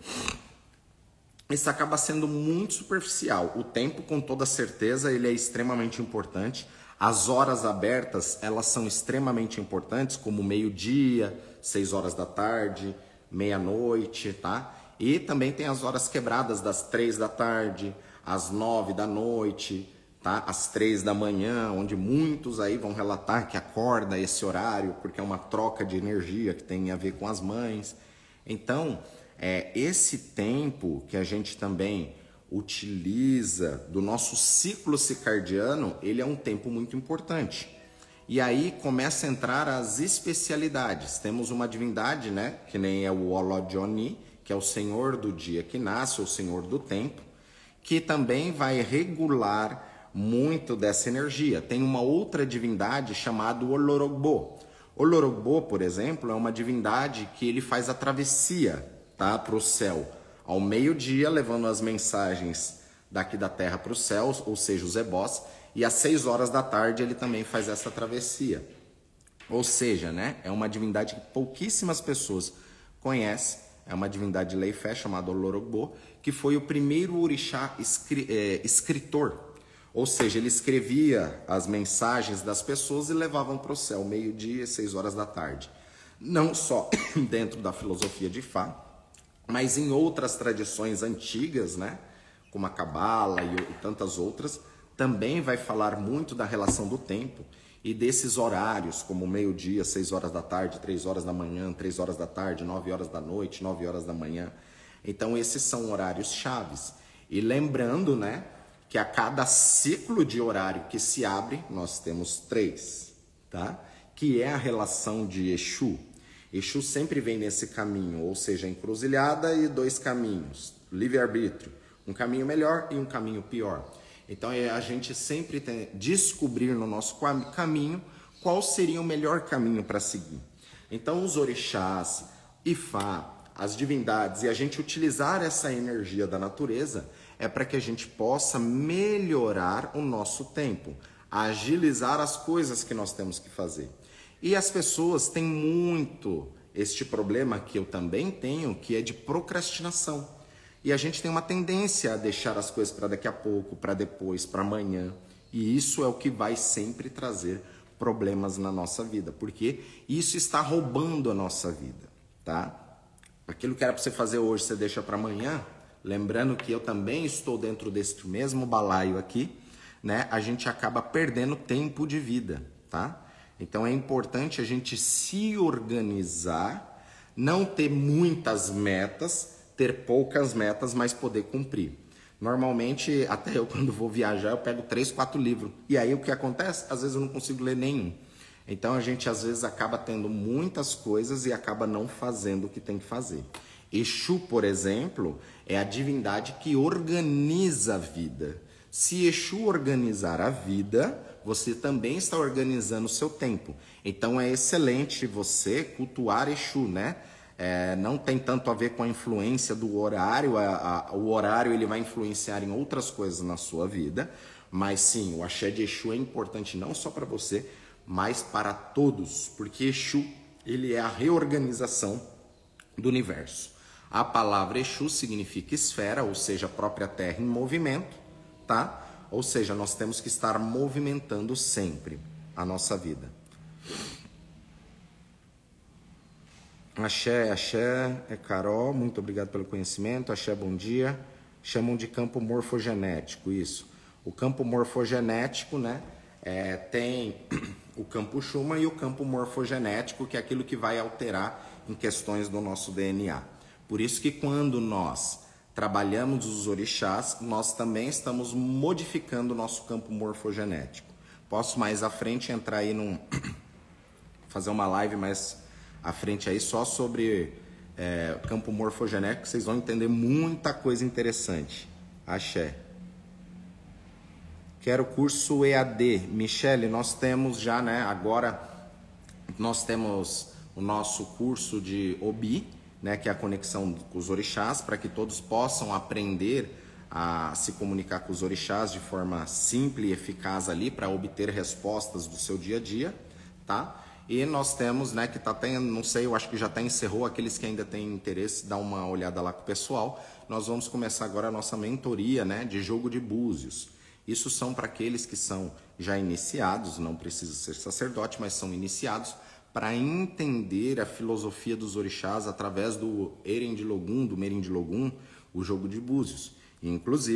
Isso acaba sendo muito superficial. O tempo, com toda certeza, ele é extremamente importante. As horas abertas, elas são extremamente importantes, como meio-dia, seis horas da tarde, meia-noite, tá? E também tem as horas quebradas das três da tarde, às nove da noite, tá? Às três da manhã, onde muitos aí vão relatar que acorda esse horário, porque é uma troca de energia que tem a ver com as mães. Então, é, esse tempo que a gente também utiliza do nosso ciclo circadiano, ele é um tempo muito importante. E aí começa a entrar as especialidades. Temos uma divindade, né, que nem é o Olodjoni, que é o senhor do dia que nasce, o senhor do tempo, que também vai regular muito dessa energia. Tem uma outra divindade chamada Olorogbo. Olorogbo, por exemplo, é uma divindade que ele faz a travessia, tá, para o céu ao meio-dia, levando as mensagens daqui da terra para os céus, ou seja, os ebós, e às seis horas da tarde ele também faz essa travessia. Ou seja, né, é uma divindade que pouquíssimas pessoas conhecem, é uma divindade de lei fé chamada Olorogbo, que foi o primeiro orixá escri é, escritor. Ou seja, ele escrevia as mensagens das pessoas e levavam para o céu, meio-dia, seis horas da tarde. Não só dentro da filosofia de Fá, mas em outras tradições antigas, né, como a Cabala e, e tantas outras, também vai falar muito da relação do tempo e desses horários, como meio-dia, seis horas da tarde, três horas da manhã, três horas da tarde, nove horas da noite, nove horas da manhã. Então, esses são horários chaves. E lembrando, né, que a cada ciclo de horário que se abre, nós temos três, tá? Que é a relação de Exu. Exu sempre vem nesse caminho, ou seja, encruzilhada e dois caminhos, livre-arbítrio, um caminho melhor e um caminho pior. Então é a gente sempre tem, descobrir no nosso caminho qual seria o melhor caminho para seguir. Então os orixás, Ifá, as divindades e a gente utilizar essa energia da natureza é para que a gente possa melhorar o nosso tempo, agilizar as coisas que nós temos que fazer. E as pessoas têm muito este problema que eu também tenho, que é de procrastinação. E a gente tem uma tendência a deixar as coisas para daqui a pouco, para depois, para amanhã. E isso é o que vai sempre trazer problemas na nossa vida, porque isso está roubando a nossa vida, tá? Aquilo que era para você fazer hoje, você deixa para amanhã, lembrando que eu também estou dentro deste mesmo balaio aqui, né? A gente acaba perdendo tempo de vida, tá? Então é importante a gente se organizar, não ter muitas metas, ter poucas metas, mas poder cumprir. Normalmente, até eu quando vou viajar, eu pego três, quatro livros. E aí o que acontece? Às vezes eu não consigo ler nenhum. Então a gente às vezes acaba tendo muitas coisas e acaba não fazendo o que tem que fazer. Exu, por exemplo, é a divindade que organiza a vida. Se Exu organizar a vida, você também está organizando o seu tempo. Então é excelente você cultuar Exu, né? É, não tem tanto a ver com a influência do horário, a, a, o horário ele vai influenciar em outras coisas na sua vida, mas sim, o axé de Exu é importante não só para você, mas para todos, porque Exu ele é a reorganização do universo. A palavra Exu significa esfera, ou seja, a própria Terra em movimento, tá? Ou seja, nós temos que estar movimentando sempre a nossa vida. Axé, axé, é Carol, muito obrigado pelo conhecimento. Axé, bom dia. Chamam de campo morfogenético, isso. O campo morfogenético, né, é, tem o campo Schumann e o campo morfogenético, que é aquilo que vai alterar em questões do nosso D N A. Por isso que quando nós trabalhamos os orixás, nós também estamos modificando o nosso campo morfogenético. Posso mais à frente entrar aí num... fazer uma live mais à frente aí só sobre é, campo morfogenético, vocês vão entender muita coisa interessante. Axé. Quero curso E A D. Michele, nós temos já, né, agora nós temos o nosso curso de Obi, né, que é a conexão com os orixás, para que todos possam aprender a se comunicar com os orixás de forma simples e eficaz ali, para obter respostas do seu dia a dia, tá? E nós temos, né, que tá até, não sei, eu acho que já até encerrou, aqueles que ainda têm interesse, dá uma olhada lá com o pessoal. Nós vamos começar agora a nossa mentoria, né, de jogo de búzios. Isso são para aqueles que são já iniciados, não precisa ser sacerdote, mas são iniciados, para entender a filosofia dos orixás através do Eren de Logum, do Merim de Logum, o jogo de búzios. E, inclusive,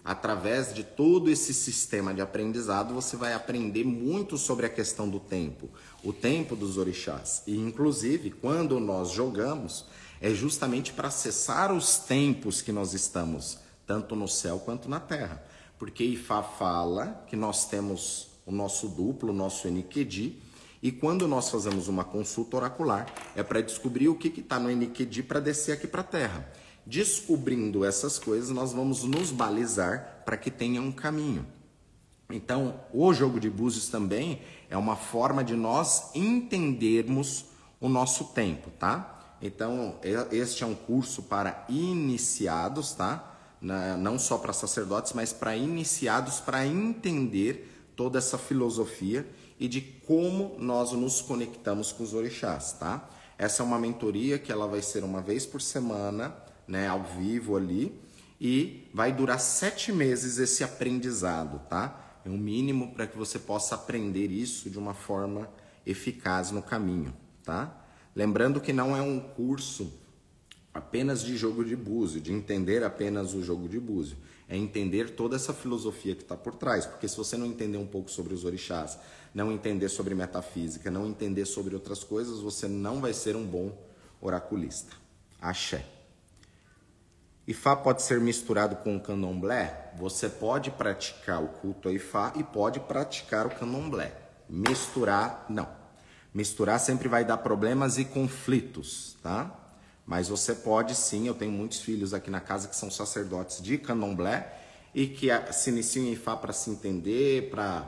através de todo esse sistema de aprendizado, você vai aprender muito sobre a questão do tempo, o tempo dos orixás. E, inclusive, quando nós jogamos, é justamente para acessar os tempos que nós estamos, tanto no céu quanto na terra. Porque Ifá fala que nós temos o nosso duplo, o nosso Eniquedi, e quando nós fazemos uma consulta oracular, é para descobrir o que está no Eniquedi para descer aqui para a terra. Descobrindo essas coisas, nós vamos nos balizar para que tenha um caminho. Então, o jogo de búzios também é uma forma de nós entendermos o nosso tempo, tá? Então, este é um curso para iniciados, tá? Não só para sacerdotes, mas para iniciados, para entender toda essa filosofia e de como nós nos conectamos com os orixás, tá? Essa é uma mentoria que ela vai ser uma vez por semana, né, ao vivo ali, e vai durar sete meses esse aprendizado, tá? É o mínimo para que você possa aprender isso de uma forma eficaz no caminho, tá? Lembrando que não é um curso apenas de jogo de búzio, de entender apenas o jogo de búzio. É entender toda essa filosofia que está por trás, porque se você não entender um pouco sobre os orixás, não entender sobre metafísica, não entender sobre outras coisas, você não vai ser um bom oraculista. Axé. Ifá pode ser misturado com o candomblé? Você pode praticar o culto a Ifá e pode praticar o candomblé. Misturar, não. Misturar sempre vai dar problemas e conflitos, tá? Mas você pode sim, eu tenho muitos filhos aqui na casa que são sacerdotes de candomblé e que se iniciam em Ifá para se entender, para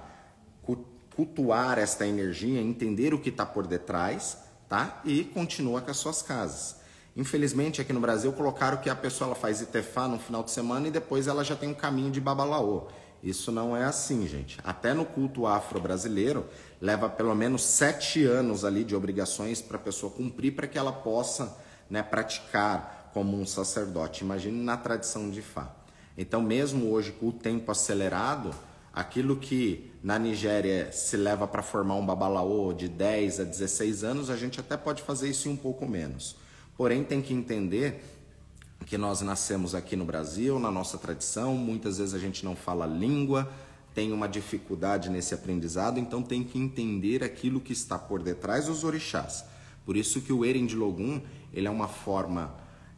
cultuar esta energia, entender o que está por detrás, tá? E continua com as suas casas. Infelizmente, aqui no Brasil, colocaram que a pessoa ela faz Itefá no final de semana e depois ela já tem um caminho de babalaô. Isso não é assim, gente. Até no culto afro-brasileiro, leva pelo menos sete anos ali de obrigações para a pessoa cumprir para que ela possa, né, praticar como um sacerdote. Imagine na tradição de Ifá. Então, mesmo hoje, com o tempo acelerado, aquilo que na Nigéria se leva para formar um babalaô de dez a dezesseis anos, a gente até pode fazer isso em um pouco menos. Porém, tem que entender que nós nascemos aqui no Brasil, na nossa tradição, muitas vezes a gente não fala a língua, tem uma dificuldade nesse aprendizado, então tem que entender aquilo que está por detrás dos orixás. Por isso que o Eren de Logum, ele é uma forma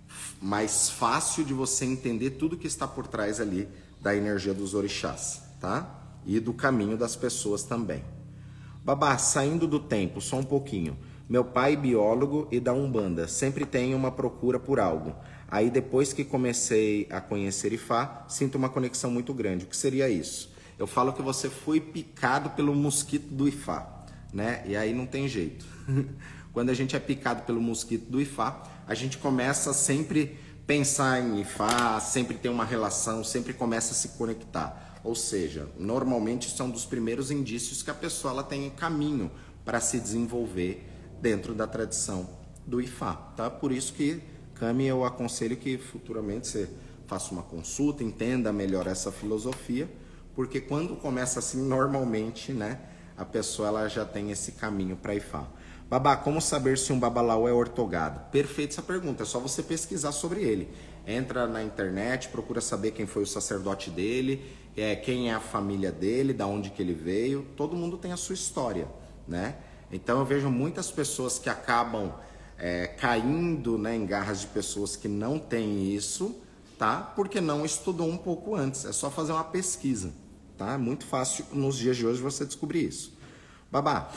mais fácil de você entender tudo que está por trás ali da energia dos orixás, tá? E do caminho das pessoas também. Babá, saindo do tempo, só um pouquinho. Meu pai, biólogo e da Umbanda, sempre tem uma procura por algo. Aí depois que comecei a conhecer Ifá, sinto uma conexão muito grande. O que seria isso? Eu falo que você foi picado pelo mosquito do Ifá, né? E aí não tem jeito. Quando a gente é picado pelo mosquito do Ifá, a gente começa sempre pensar em Ifá, sempre ter uma relação, sempre começa a se conectar. Ou seja, normalmente são dos primeiros indícios que a pessoa ela tem caminho para se desenvolver dentro da tradição do Ifá, tá? Por isso que, Cami, eu aconselho que futuramente você faça uma consulta, entenda melhor essa filosofia, porque quando começa assim, normalmente, né, a pessoa ela já tem esse caminho para Ifá. Babá, como saber se um babalaô é ortogado? Perfeita essa pergunta, é só você pesquisar sobre ele. Entra na internet, procura saber quem foi o sacerdote dele, é, quem é a família dele, da onde que ele veio, todo mundo tem a sua história, né? Então eu vejo muitas pessoas que acabam é, caindo, né, em garras de pessoas que não têm isso, tá? Porque não estudou um pouco antes. É só fazer uma pesquisa, tá? É muito fácil nos dias de hoje você descobrir isso. Babá,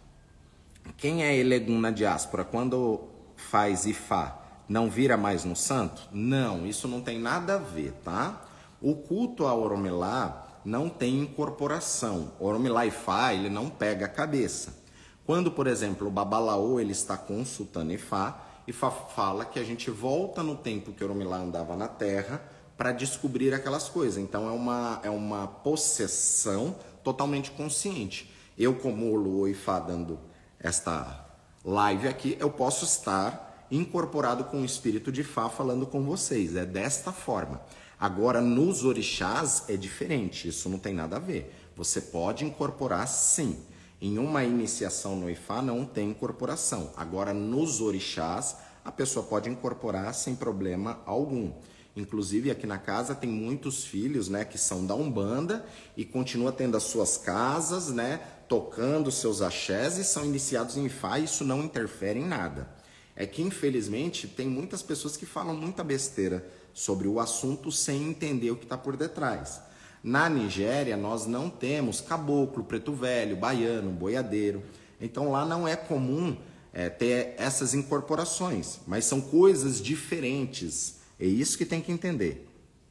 quem é Elegum na diáspora, quando faz Ifá, não vira mais no santo? Não, isso não tem nada a ver, tá? O culto a Oromilá não tem incorporação. Oromilá Ifá, ele não pega a cabeça. Quando, por exemplo, o babalaô ele está consultando Ifá, Ifá fala que a gente volta no tempo que Oromilá andava na Terra para descobrir aquelas coisas. Então é uma, é uma possessão totalmente consciente. Eu, como Olu Ifá dando esta live aqui, eu posso estar incorporado com o espírito de Ifá falando com vocês. É desta forma. Agora, nos orixás é diferente, isso não tem nada a ver. Você pode incorporar sim. Em uma iniciação no Ifá não tem incorporação. Agora, nos orixás, a pessoa pode incorporar sem problema algum. Inclusive aqui na casa tem muitos filhos, né, que são da Umbanda e continuam tendo as suas casas, né, tocando seus axés e são iniciados em Ifá, e isso não interfere em nada. É que infelizmente tem muitas pessoas que falam muita besteira sobre o assunto sem entender o que está por detrás. Na Nigéria nós não temos caboclo, preto velho, baiano, boiadeiro, então lá não é comum é, ter essas incorporações, mas são coisas diferentes, é isso que tem que entender.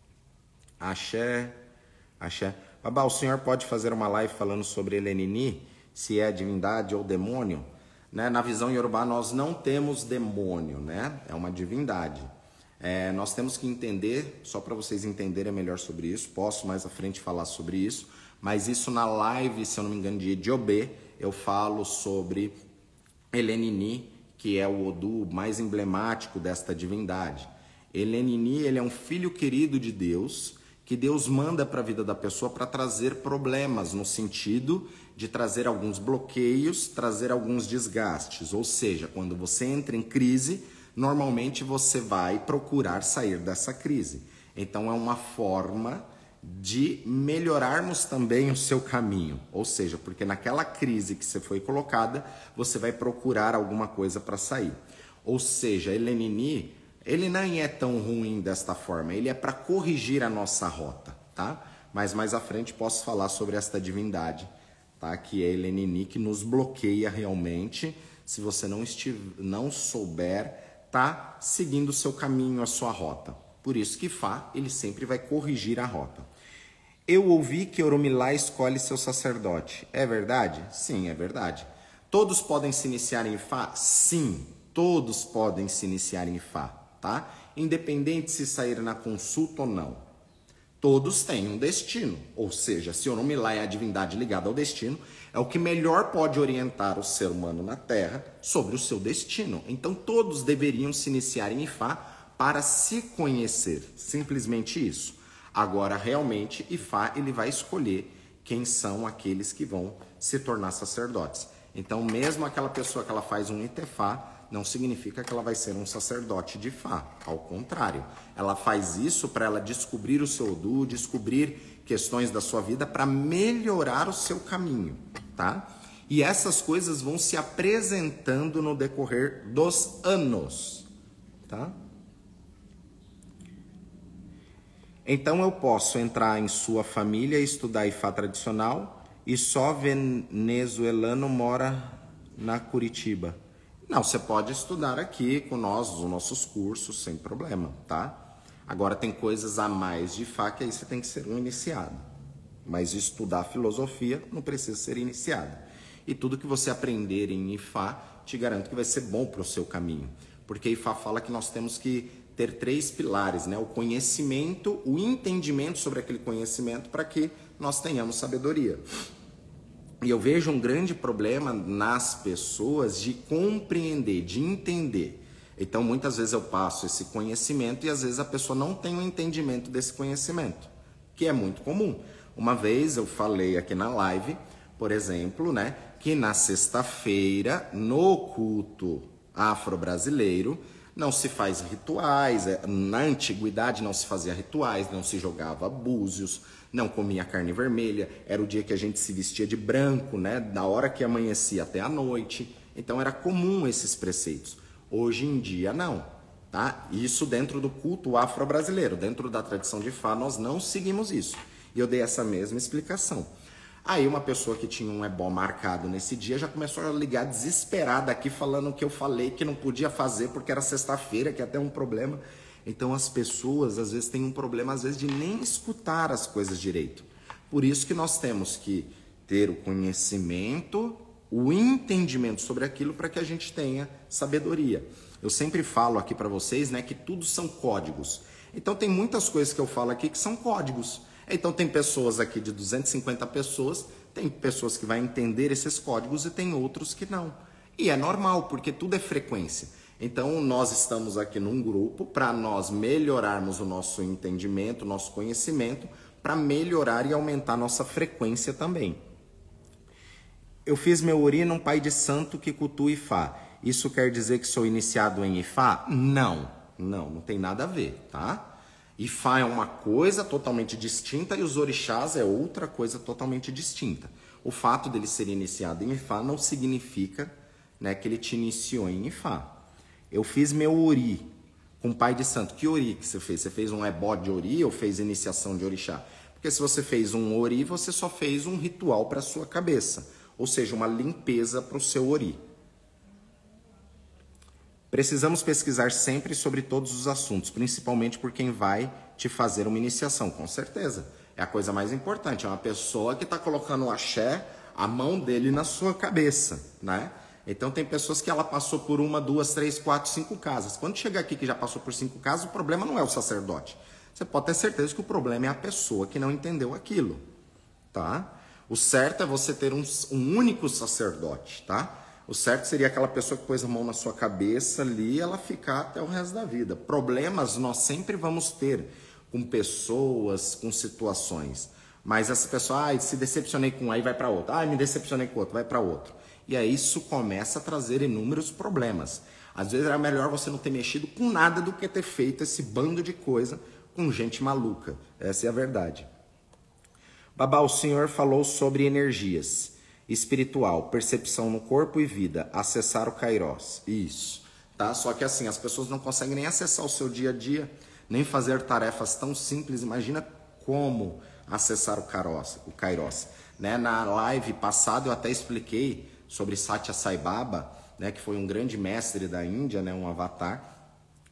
Axé, axé. Babá, o senhor pode fazer uma live falando sobre Elenini, se é divindade ou demônio? Né? Na visão iorubá nós não temos demônio, né? É uma divindade. É, nós temos que entender, só para vocês entenderem melhor sobre isso, posso mais à frente falar sobre isso, mas isso na live, se eu não me engano, de Ediobê, eu falo sobre Elenini, que é o Odu mais emblemático desta divindade. Elenini, ele é um filho querido de Deus, que Deus manda para a vida da pessoa para trazer problemas, no sentido de trazer alguns bloqueios, trazer alguns desgastes. Ou seja, quando você entra em crise, normalmente você vai procurar sair dessa crise. Então é uma forma de melhorarmos também o seu caminho. Ou seja, porque naquela crise que você foi colocada, você vai procurar alguma coisa para sair. Ou seja, Elenini, ele nem é tão ruim desta forma, ele é para corrigir a nossa rota, tá? Mas mais à frente posso falar sobre esta divindade, tá? Que é Elenini, que nos bloqueia realmente, se você não, estiver, não souber, tá seguindo o seu caminho, a sua rota. Por isso que Fá, ele sempre vai corrigir a rota. Eu ouvi que Oromilá escolhe seu sacerdote. É verdade? Sim, é verdade. Todos podem se iniciar em Fá? Sim, todos podem se iniciar em Fá. Tá? Independente se sair na consulta ou não. Todos têm um destino, ou seja, se Oromilá é a divindade ligada ao destino, é o que melhor pode orientar o ser humano na Terra sobre o seu destino. Então todos deveriam se iniciar em Ifá para se conhecer, simplesmente isso. Agora, realmente, Ifá ele vai escolher quem são aqueles que vão se tornar sacerdotes. Então, mesmo aquela pessoa que ela faz um Itefá, não significa que ela vai ser um sacerdote de Fá. Ao contrário, ela faz isso para ela descobrir o seu Odu, descobrir questões da sua vida para melhorar o seu caminho, tá? E essas coisas vão se apresentando no decorrer dos anos, tá? Então eu posso entrar em sua família e estudar Ifá tradicional e só venezuelano mora na Curitiba. Não, você pode estudar aqui com nós, os nossos cursos, sem problema, tá? Agora tem coisas a mais de Ifá que aí você tem que ser um iniciado. Mas estudar filosofia não precisa ser iniciado. E tudo que você aprender em Ifá, te garanto que vai ser bom para o seu caminho. Porque Ifá fala que nós temos que ter três pilares, né? O conhecimento, o entendimento sobre aquele conhecimento para que nós tenhamos sabedoria. E eu vejo um grande problema nas pessoas de compreender, de entender. Então, muitas vezes eu passo esse conhecimento e às vezes a pessoa não tem o entendimento desse conhecimento, que é muito comum. Uma vez eu falei aqui na live, por exemplo, né, que na sexta-feira, no culto afro-brasileiro, não se faz rituais, na antiguidade não se fazia rituais, não se jogava búzios, não comia carne vermelha, era o dia que a gente se vestia de branco, né? Da hora que amanhecia até a noite. Então era comum esses preceitos. Hoje em dia não, tá? Isso dentro do culto afro-brasileiro, dentro da tradição de Fá, nós não seguimos isso. E eu dei essa mesma explicação. Aí uma pessoa que tinha um ebó marcado nesse dia já começou a ligar desesperada aqui falando que eu falei que não podia fazer porque era sexta-feira, que até um problema. Então as pessoas às vezes têm um problema às vezes de nem escutar as coisas direito. Por isso que nós temos que ter o conhecimento, o entendimento sobre aquilo para que a gente tenha sabedoria. Eu sempre falo aqui para vocês, né, que tudo são códigos. Então tem muitas coisas que eu falo aqui que são códigos. Então tem pessoas aqui de duzentas e cinquenta pessoas, tem pessoas que vão entender esses códigos e tem outros que não. E é normal, porque tudo é frequência. Então nós estamos aqui num grupo para nós melhorarmos o nosso entendimento, o nosso conhecimento, para melhorar e aumentar nossa frequência também. Eu fiz meu uri num pai de santo que cultua Ifá. Isso quer dizer que sou iniciado em Ifá? Não, não, não tem nada a ver, tá? Ifá é uma coisa totalmente distinta e os orixás é outra coisa totalmente distinta. O fato dele ser iniciado em Ifá não significa, né, que ele te iniciou em Ifá. Eu fiz meu ori com pai de santo. Que ori que você fez? Você fez um ebó de ori ou fez iniciação de orixá? Porque se você fez um ori, você só fez um ritual para sua cabeça. Ou seja, uma limpeza para o seu ori. Precisamos pesquisar sempre sobre todos os assuntos, principalmente por quem vai te fazer uma iniciação, com certeza. É a coisa mais importante, é uma pessoa que está colocando o axé, a mão dele na sua cabeça, né? Então tem pessoas que ela passou por uma, duas, três, quatro, cinco casas. Quando chega aqui que já passou por cinco casas, o problema não é o sacerdote. Você pode ter certeza que o problema é a pessoa que não entendeu aquilo, tá? O certo é você ter um, um único sacerdote, tá? O certo seria aquela pessoa que pôs a mão na sua cabeça ali e ela ficar até o resto da vida. Problemas nós sempre vamos ter com pessoas, com situações. Mas essa pessoa, ah, se decepcionei com um, aí vai para outro. Ah, me decepcionei com outro, vai para outro. E aí isso começa a trazer inúmeros problemas. Às vezes era melhor você não ter mexido com nada do que ter feito esse bando de coisa com gente maluca. Essa é a verdade. Babá, o senhor falou sobre energias. Espiritual, percepção no corpo e vida, acessar o Kairos. Isso, tá? Só que assim, as pessoas não conseguem nem acessar o seu dia a dia, nem fazer tarefas tão simples. Imagina como acessar o Kairos, o Kairos, né? Na live passada eu até expliquei sobre Satya Sai Baba, né, que foi um grande mestre da Índia, né, um avatar,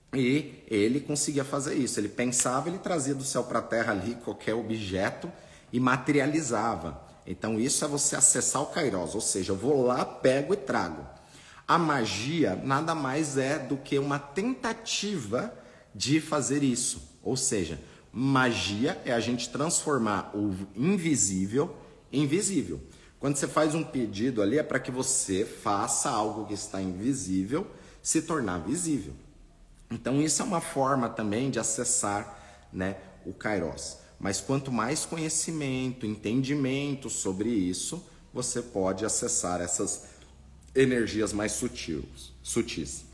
e ele conseguia fazer isso. Ele pensava, ele trazia do céu para a terra ali qualquer objeto e materializava. Então isso é você acessar o Kairos, ou seja, eu vou lá, pego e trago. A magia nada mais é do que uma tentativa de fazer isso. Ou seja, magia é a gente transformar o invisível em visível. Quando você faz um pedido ali é para que você faça algo que está invisível se tornar visível. Então isso é uma forma também de acessar, né, o Kairos. Mas quanto mais conhecimento, entendimento sobre isso, você pode acessar essas energias mais sutis. sutis.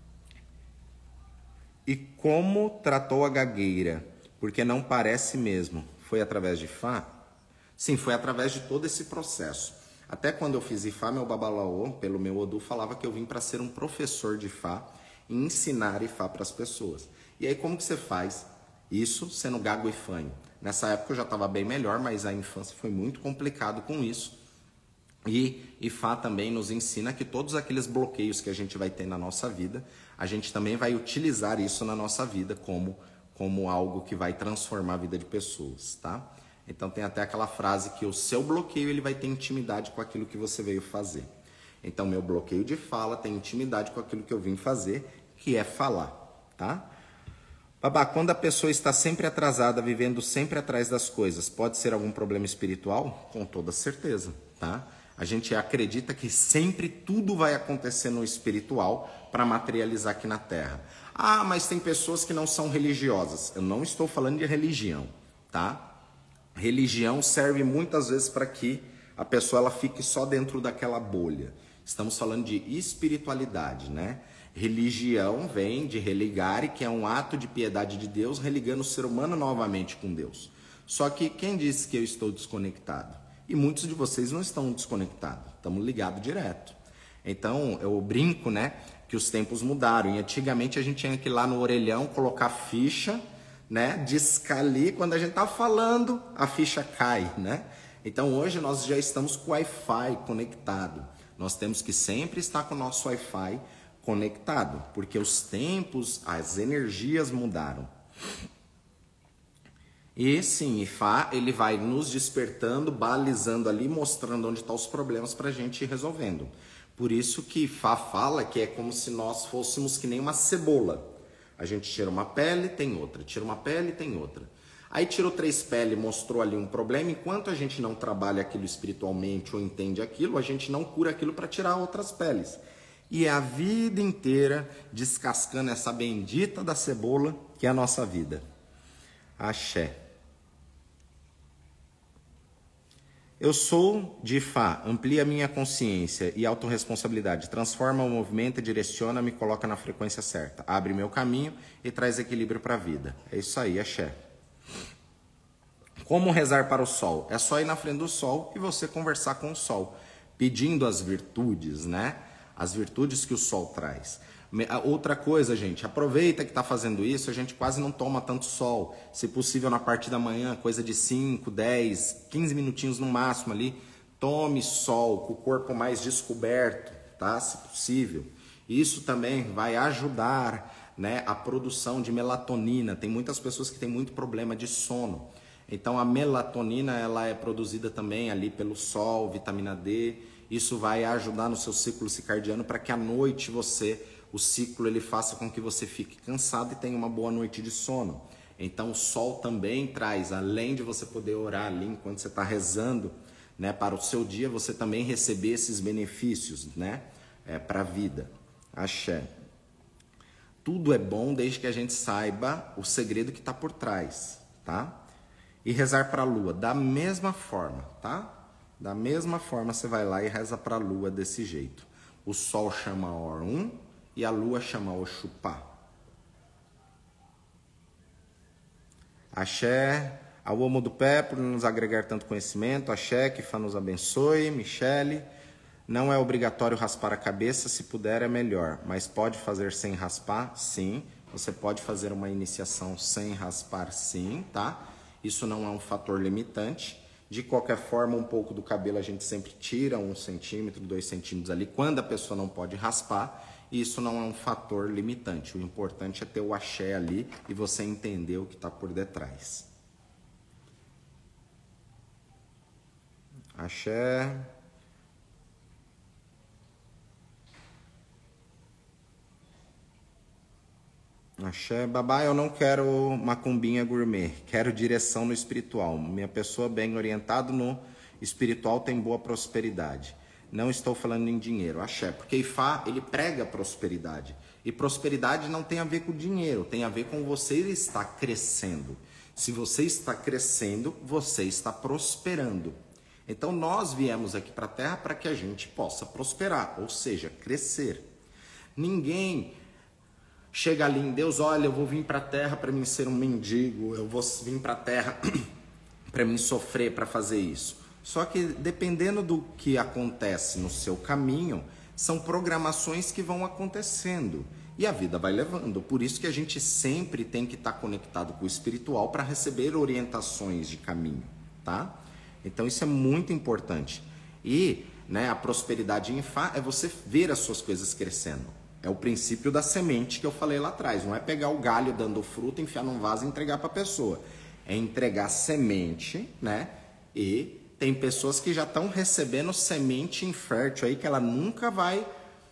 E como tratou a gagueira? Porque não parece mesmo. Foi através de Ifá? Sim, foi através de todo esse processo. Até quando eu fiz Ifá, meu babalaô, pelo meu Odu, falava que eu vim para ser um professor de Ifá e ensinar Ifá para as pessoas. E aí como que você faz isso sendo gago e fanho? Nessa época eu já estava bem melhor, mas a infância foi muito complicado com isso. E Ifá também nos ensina que todos aqueles bloqueios que a gente vai ter na nossa vida, a gente também vai utilizar isso na nossa vida como, como algo que vai transformar a vida de pessoas, tá? Então tem até aquela frase que o seu bloqueio ele vai ter intimidade com aquilo que você veio fazer. Então meu bloqueio de fala tem intimidade com aquilo que eu vim fazer, que é falar, tá? Babá, quando a pessoa está sempre atrasada, vivendo sempre atrás das coisas, pode ser algum problema espiritual? Com toda certeza, tá? A gente acredita que sempre tudo vai acontecer no espiritual para materializar aqui na Terra. Ah, mas tem pessoas que não são religiosas. Eu não estou falando de religião, tá? Religião serve muitas vezes para que a pessoa ela fique só dentro daquela bolha. Estamos falando de espiritualidade, né? Religião vem de religare, que é um ato de piedade de Deus, religando o ser humano novamente com Deus. Só que quem disse que eu estou desconectado? E muitos de vocês não estão desconectados, estamos ligados direto. Então, eu brinco, né, que os tempos mudaram. E antigamente a gente tinha que ir lá no orelhão, colocar ficha, né, descalir. Quando a gente tá falando, a ficha cai, né? Então, hoje nós já estamos com o Wi-Fi conectado. Nós temos que sempre estar com o nosso Wi-Fi conectado, porque os tempos, as energias mudaram. E sim, Ifá, ele vai nos despertando, balizando ali, mostrando onde estão os problemas para a gente ir resolvendo. Por isso que Ifá fala que é como se nós fôssemos que nem uma cebola. A gente tira uma pele, tem outra, tira uma pele, tem outra. Aí tirou três peles, mostrou ali um problema, enquanto a gente não trabalha aquilo espiritualmente ou entende aquilo, a gente não cura aquilo para tirar outras peles. E é a vida inteira descascando essa bendita da cebola que é a nossa vida. Axé. Eu sou de Fá, amplia minha consciência e autorresponsabilidade, transforma o movimento, direciona, me coloca na frequência certa, abre meu caminho e traz equilíbrio para a vida. É isso aí, axé. Como rezar para o sol? É só ir na frente do sol e você conversar com o sol, pedindo as virtudes, né? As virtudes que o sol traz. Outra coisa, gente, aproveita que está fazendo isso, a gente quase não toma tanto sol. Se possível, na parte da manhã, coisa de cinco, dez, quinze minutinhos no máximo ali, tome sol, com o corpo mais descoberto, tá? Se possível. Isso também vai ajudar, né, a produção de melatonina. Tem muitas pessoas que têm muito problema de sono. Então, a melatonina, ela é produzida também ali pelo sol, vitamina D. Isso vai ajudar no seu ciclo circadiano para que à noite você... o ciclo ele faça com que você fique cansado e tenha uma boa noite de sono. Então o sol também traz, além de você poder orar ali enquanto você está rezando, né, para o seu dia, você também receber esses benefícios, né, é, para a vida. Axé. Tudo é bom desde que a gente saiba o segredo que está por trás, tá? E rezar para a lua, da mesma forma, tá? Da mesma forma você vai lá e reza para a lua desse jeito. O sol chama Orum, e a lua chama Oxupá. Axé, ao amo do pé por nos agregar tanto conhecimento. Axé, que Fá nos abençoe. Michele, não é obrigatório raspar a cabeça, se puder é melhor, mas pode fazer sem raspar? Sim. Você pode fazer uma iniciação sem raspar, sim, tá? Isso não é um fator limitante. De qualquer forma, um pouco do cabelo a gente sempre tira, um centímetro, dois centímetros ali, quando a pessoa não pode raspar. Isso não é um fator limitante. O importante é ter o axé ali e você entender o que está por detrás. Axé. Axé. Babá, eu não quero macumbinha gourmet. Quero direção no espiritual. Minha pessoa bem orientada no espiritual tem boa prosperidade. Não estou falando em dinheiro, axé, porque Ifá, ele prega prosperidade. E prosperidade não tem a ver com dinheiro, tem a ver com você estar crescendo. Se você está crescendo, você está prosperando. Então nós viemos aqui para a Terra para que a gente possa prosperar, ou seja, crescer. Ninguém chega ali em Deus, olha, eu vou vir para a Terra para mim ser um mendigo, eu vou vir para a Terra para mim sofrer para fazer isso. Só que dependendo do que acontece no seu caminho, são programações que vão acontecendo e a vida vai levando. Por isso que a gente sempre tem que estar conectado com o espiritual para receber orientações de caminho, tá? Então isso é muito importante. E, né, a prosperidade em Fá é você ver as suas coisas crescendo. É o princípio da semente que eu falei lá atrás. Não é pegar o galho dando fruto, enfiar num vaso e entregar para a pessoa. É entregar semente, né? E tem pessoas que já estão recebendo semente infértil aí que ela nunca vai,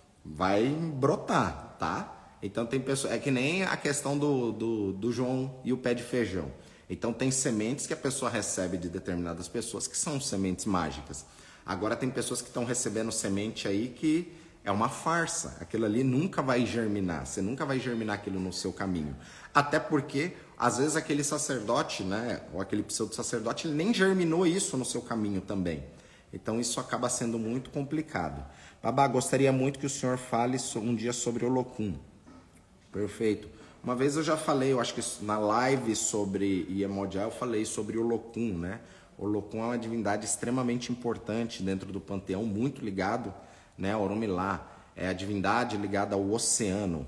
vai brotar, tá? Então tem pessoas, é que nem a questão do, do, do João e o pé de feijão. Então tem sementes que a pessoa recebe de determinadas pessoas que são sementes mágicas. Agora tem pessoas que estão recebendo semente aí que é uma farsa. Aquilo ali nunca vai germinar. Você nunca vai germinar aquilo no seu caminho. Até porque, às vezes, aquele sacerdote, né, ou aquele pseudo-sacerdote, ele nem germinou isso no seu caminho também. Então isso acaba sendo muito complicado. Babá, gostaria muito que o senhor fale um dia sobre o Olokun. Perfeito. Uma vez eu já falei, eu acho que na live sobre Iemoja, eu falei sobre o Olokun, né? O Olokun é uma divindade extremamente importante dentro do panteão, muito ligado, né? Oromilá é a divindade ligada ao oceano.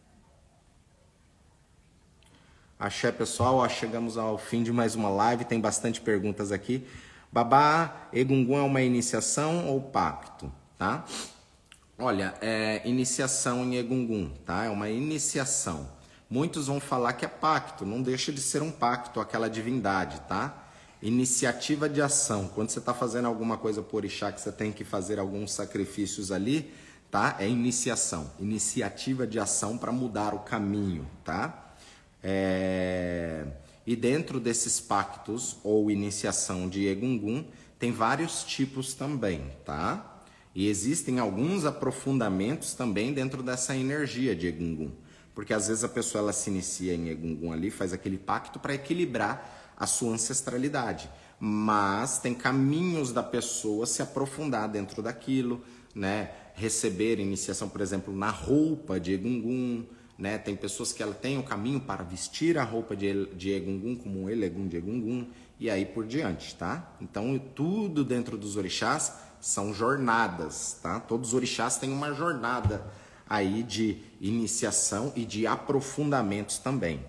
Axé, pessoal, ó, chegamos ao fim de mais uma live, tem bastante perguntas aqui. Babá, Egungun é uma iniciação ou pacto, tá? Olha, é iniciação em Egungun, tá? É uma iniciação. Muitos vão falar que é pacto, não deixa de ser um pacto, aquela divindade, tá? Iniciativa de ação. Quando você está fazendo alguma coisa por orixá, que você tem que fazer alguns sacrifícios ali, tá? É iniciação. Iniciativa de ação para mudar o caminho, tá? É... E dentro desses pactos ou iniciação de Egungun, tem vários tipos também, tá? E existem alguns aprofundamentos também dentro dessa energia de Egungun. Porque às vezes a pessoa ela se inicia em Egungun ali, faz aquele pacto para equilibrar a sua ancestralidade. Mas tem caminhos da pessoa se aprofundar dentro daquilo, né? Receber iniciação, por exemplo, na roupa de Egungun, né? Tem pessoas que ela tem o caminho para vestir a roupa de, de Egungun, como um Elegum de Egungun, e aí por diante, tá? Então, tudo dentro dos orixás são jornadas, tá? Todos os orixás têm uma jornada aí de iniciação e de aprofundamentos também.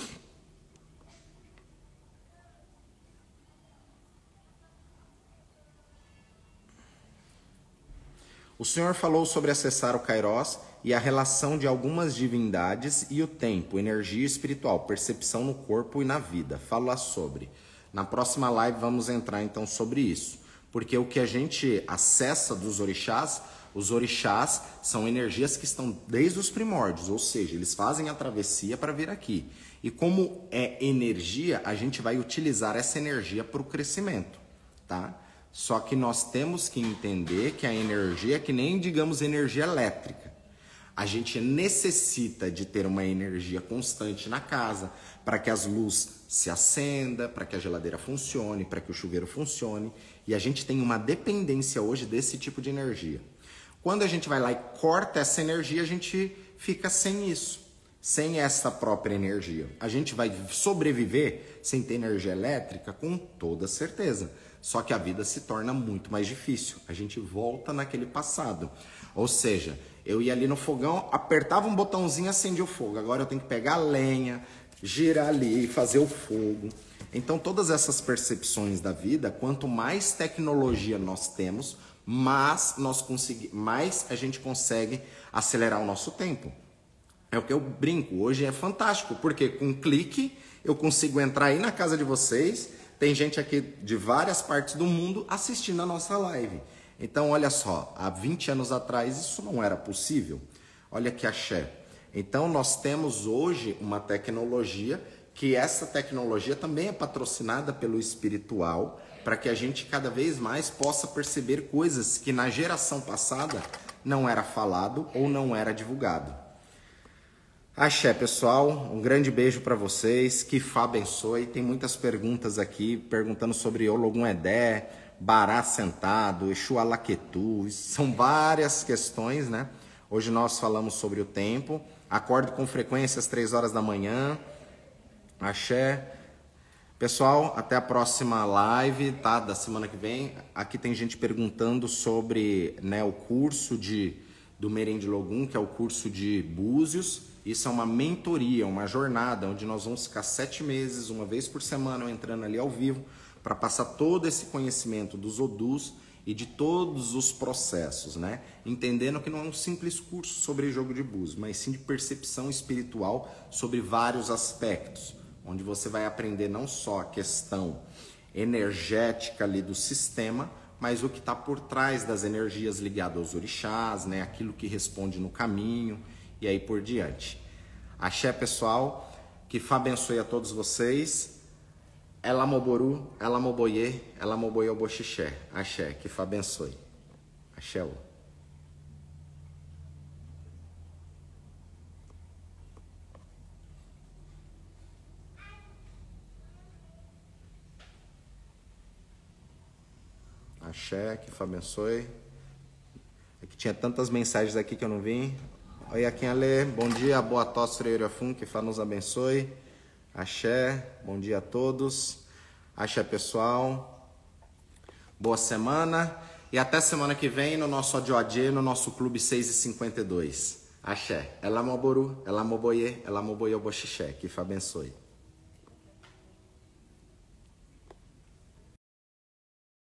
O senhor falou sobre acessar o Kairos e a relação de algumas divindades e o tempo, energia espiritual, percepção no corpo e na vida. Fala sobre. Na próxima live vamos entrar então sobre isso. Porque o que a gente acessa dos orixás, os orixás são energias que estão desde os primórdios, ou seja, eles fazem a travessia para vir aqui. E como é energia, a gente vai utilizar essa energia para o crescimento, tá? Só que nós temos que entender que a energia é que nem, digamos, energia elétrica. A gente necessita de ter uma energia constante na casa para que as luzes se acendam, para que a geladeira funcione, para que o chuveiro funcione. E a gente tem uma dependência hoje desse tipo de energia. Quando a gente vai lá e corta essa energia, a gente fica sem isso, sem essa própria energia. A gente vai sobreviver sem ter energia elétrica? Com toda certeza. Só que a vida se torna muito mais difícil. A gente volta naquele passado. Ou seja, eu ia ali no fogão, apertava um botãozinho e acendia o fogo. Agora eu tenho que pegar a lenha, girar ali e fazer o fogo. Então todas essas percepções da vida, quanto mais tecnologia nós temos, mais, nós consegui, mais a gente consegue acelerar o nosso tempo. É o que eu brinco. Hoje é fantástico, porque com um clique eu consigo entrar aí na casa de vocês. Tem gente aqui de várias partes do mundo assistindo a nossa live. Então, olha só, há vinte anos atrás isso não era possível. Olha que axé. Então, nós temos hoje uma tecnologia que essa tecnologia também é patrocinada pelo espiritual para que a gente cada vez mais possa perceber coisas que na geração passada não era falado ou não era divulgado. Axé, pessoal, um grande beijo para vocês, que Fá abençoe. Tem muitas perguntas aqui, perguntando sobre Ologun Edé, Bará sentado, Exu Alaquetu, são várias questões, né? Hoje nós falamos sobre o tempo, acordo com frequência às três horas da manhã, Axé. Pessoal, até a próxima live, tá? Da semana que vem. Aqui tem gente perguntando sobre, né, o curso de, do Merende Logum, que é o curso de Búzios. Isso é uma mentoria, uma jornada, onde nós vamos ficar sete meses, uma vez por semana, entrando ali ao vivo, para passar todo esse conhecimento dos Odus e de todos os processos, né? Entendendo que não é um simples curso sobre jogo de búzios, mas sim de percepção espiritual sobre vários aspectos, onde você vai aprender não só a questão energética ali do sistema, mas o que está por trás das energias ligadas aos orixás, né? Aquilo que responde no caminho, e aí por diante. Axé, pessoal, que Fá abençoe a todos vocês. Ela Moboru, Ela Moboye, Ela Moboye Oboxixé. Axé, que Fá abençoe. Axé. Axé, que Fá abençoe. É que tinha tantas mensagens aqui que eu não vi. Oi, aqui Ale, bom dia, boa tosse, Freirafum, que Fá nos abençoe. Axé, bom dia a todos. Axé, pessoal. Boa semana. E até semana que vem no nosso Odioadê, no nosso Clube seis e cinquenta e dois. Axé. Ela Moboru, Ela Moboye, Ela Moboye Oboxixé, que Fá abençoe.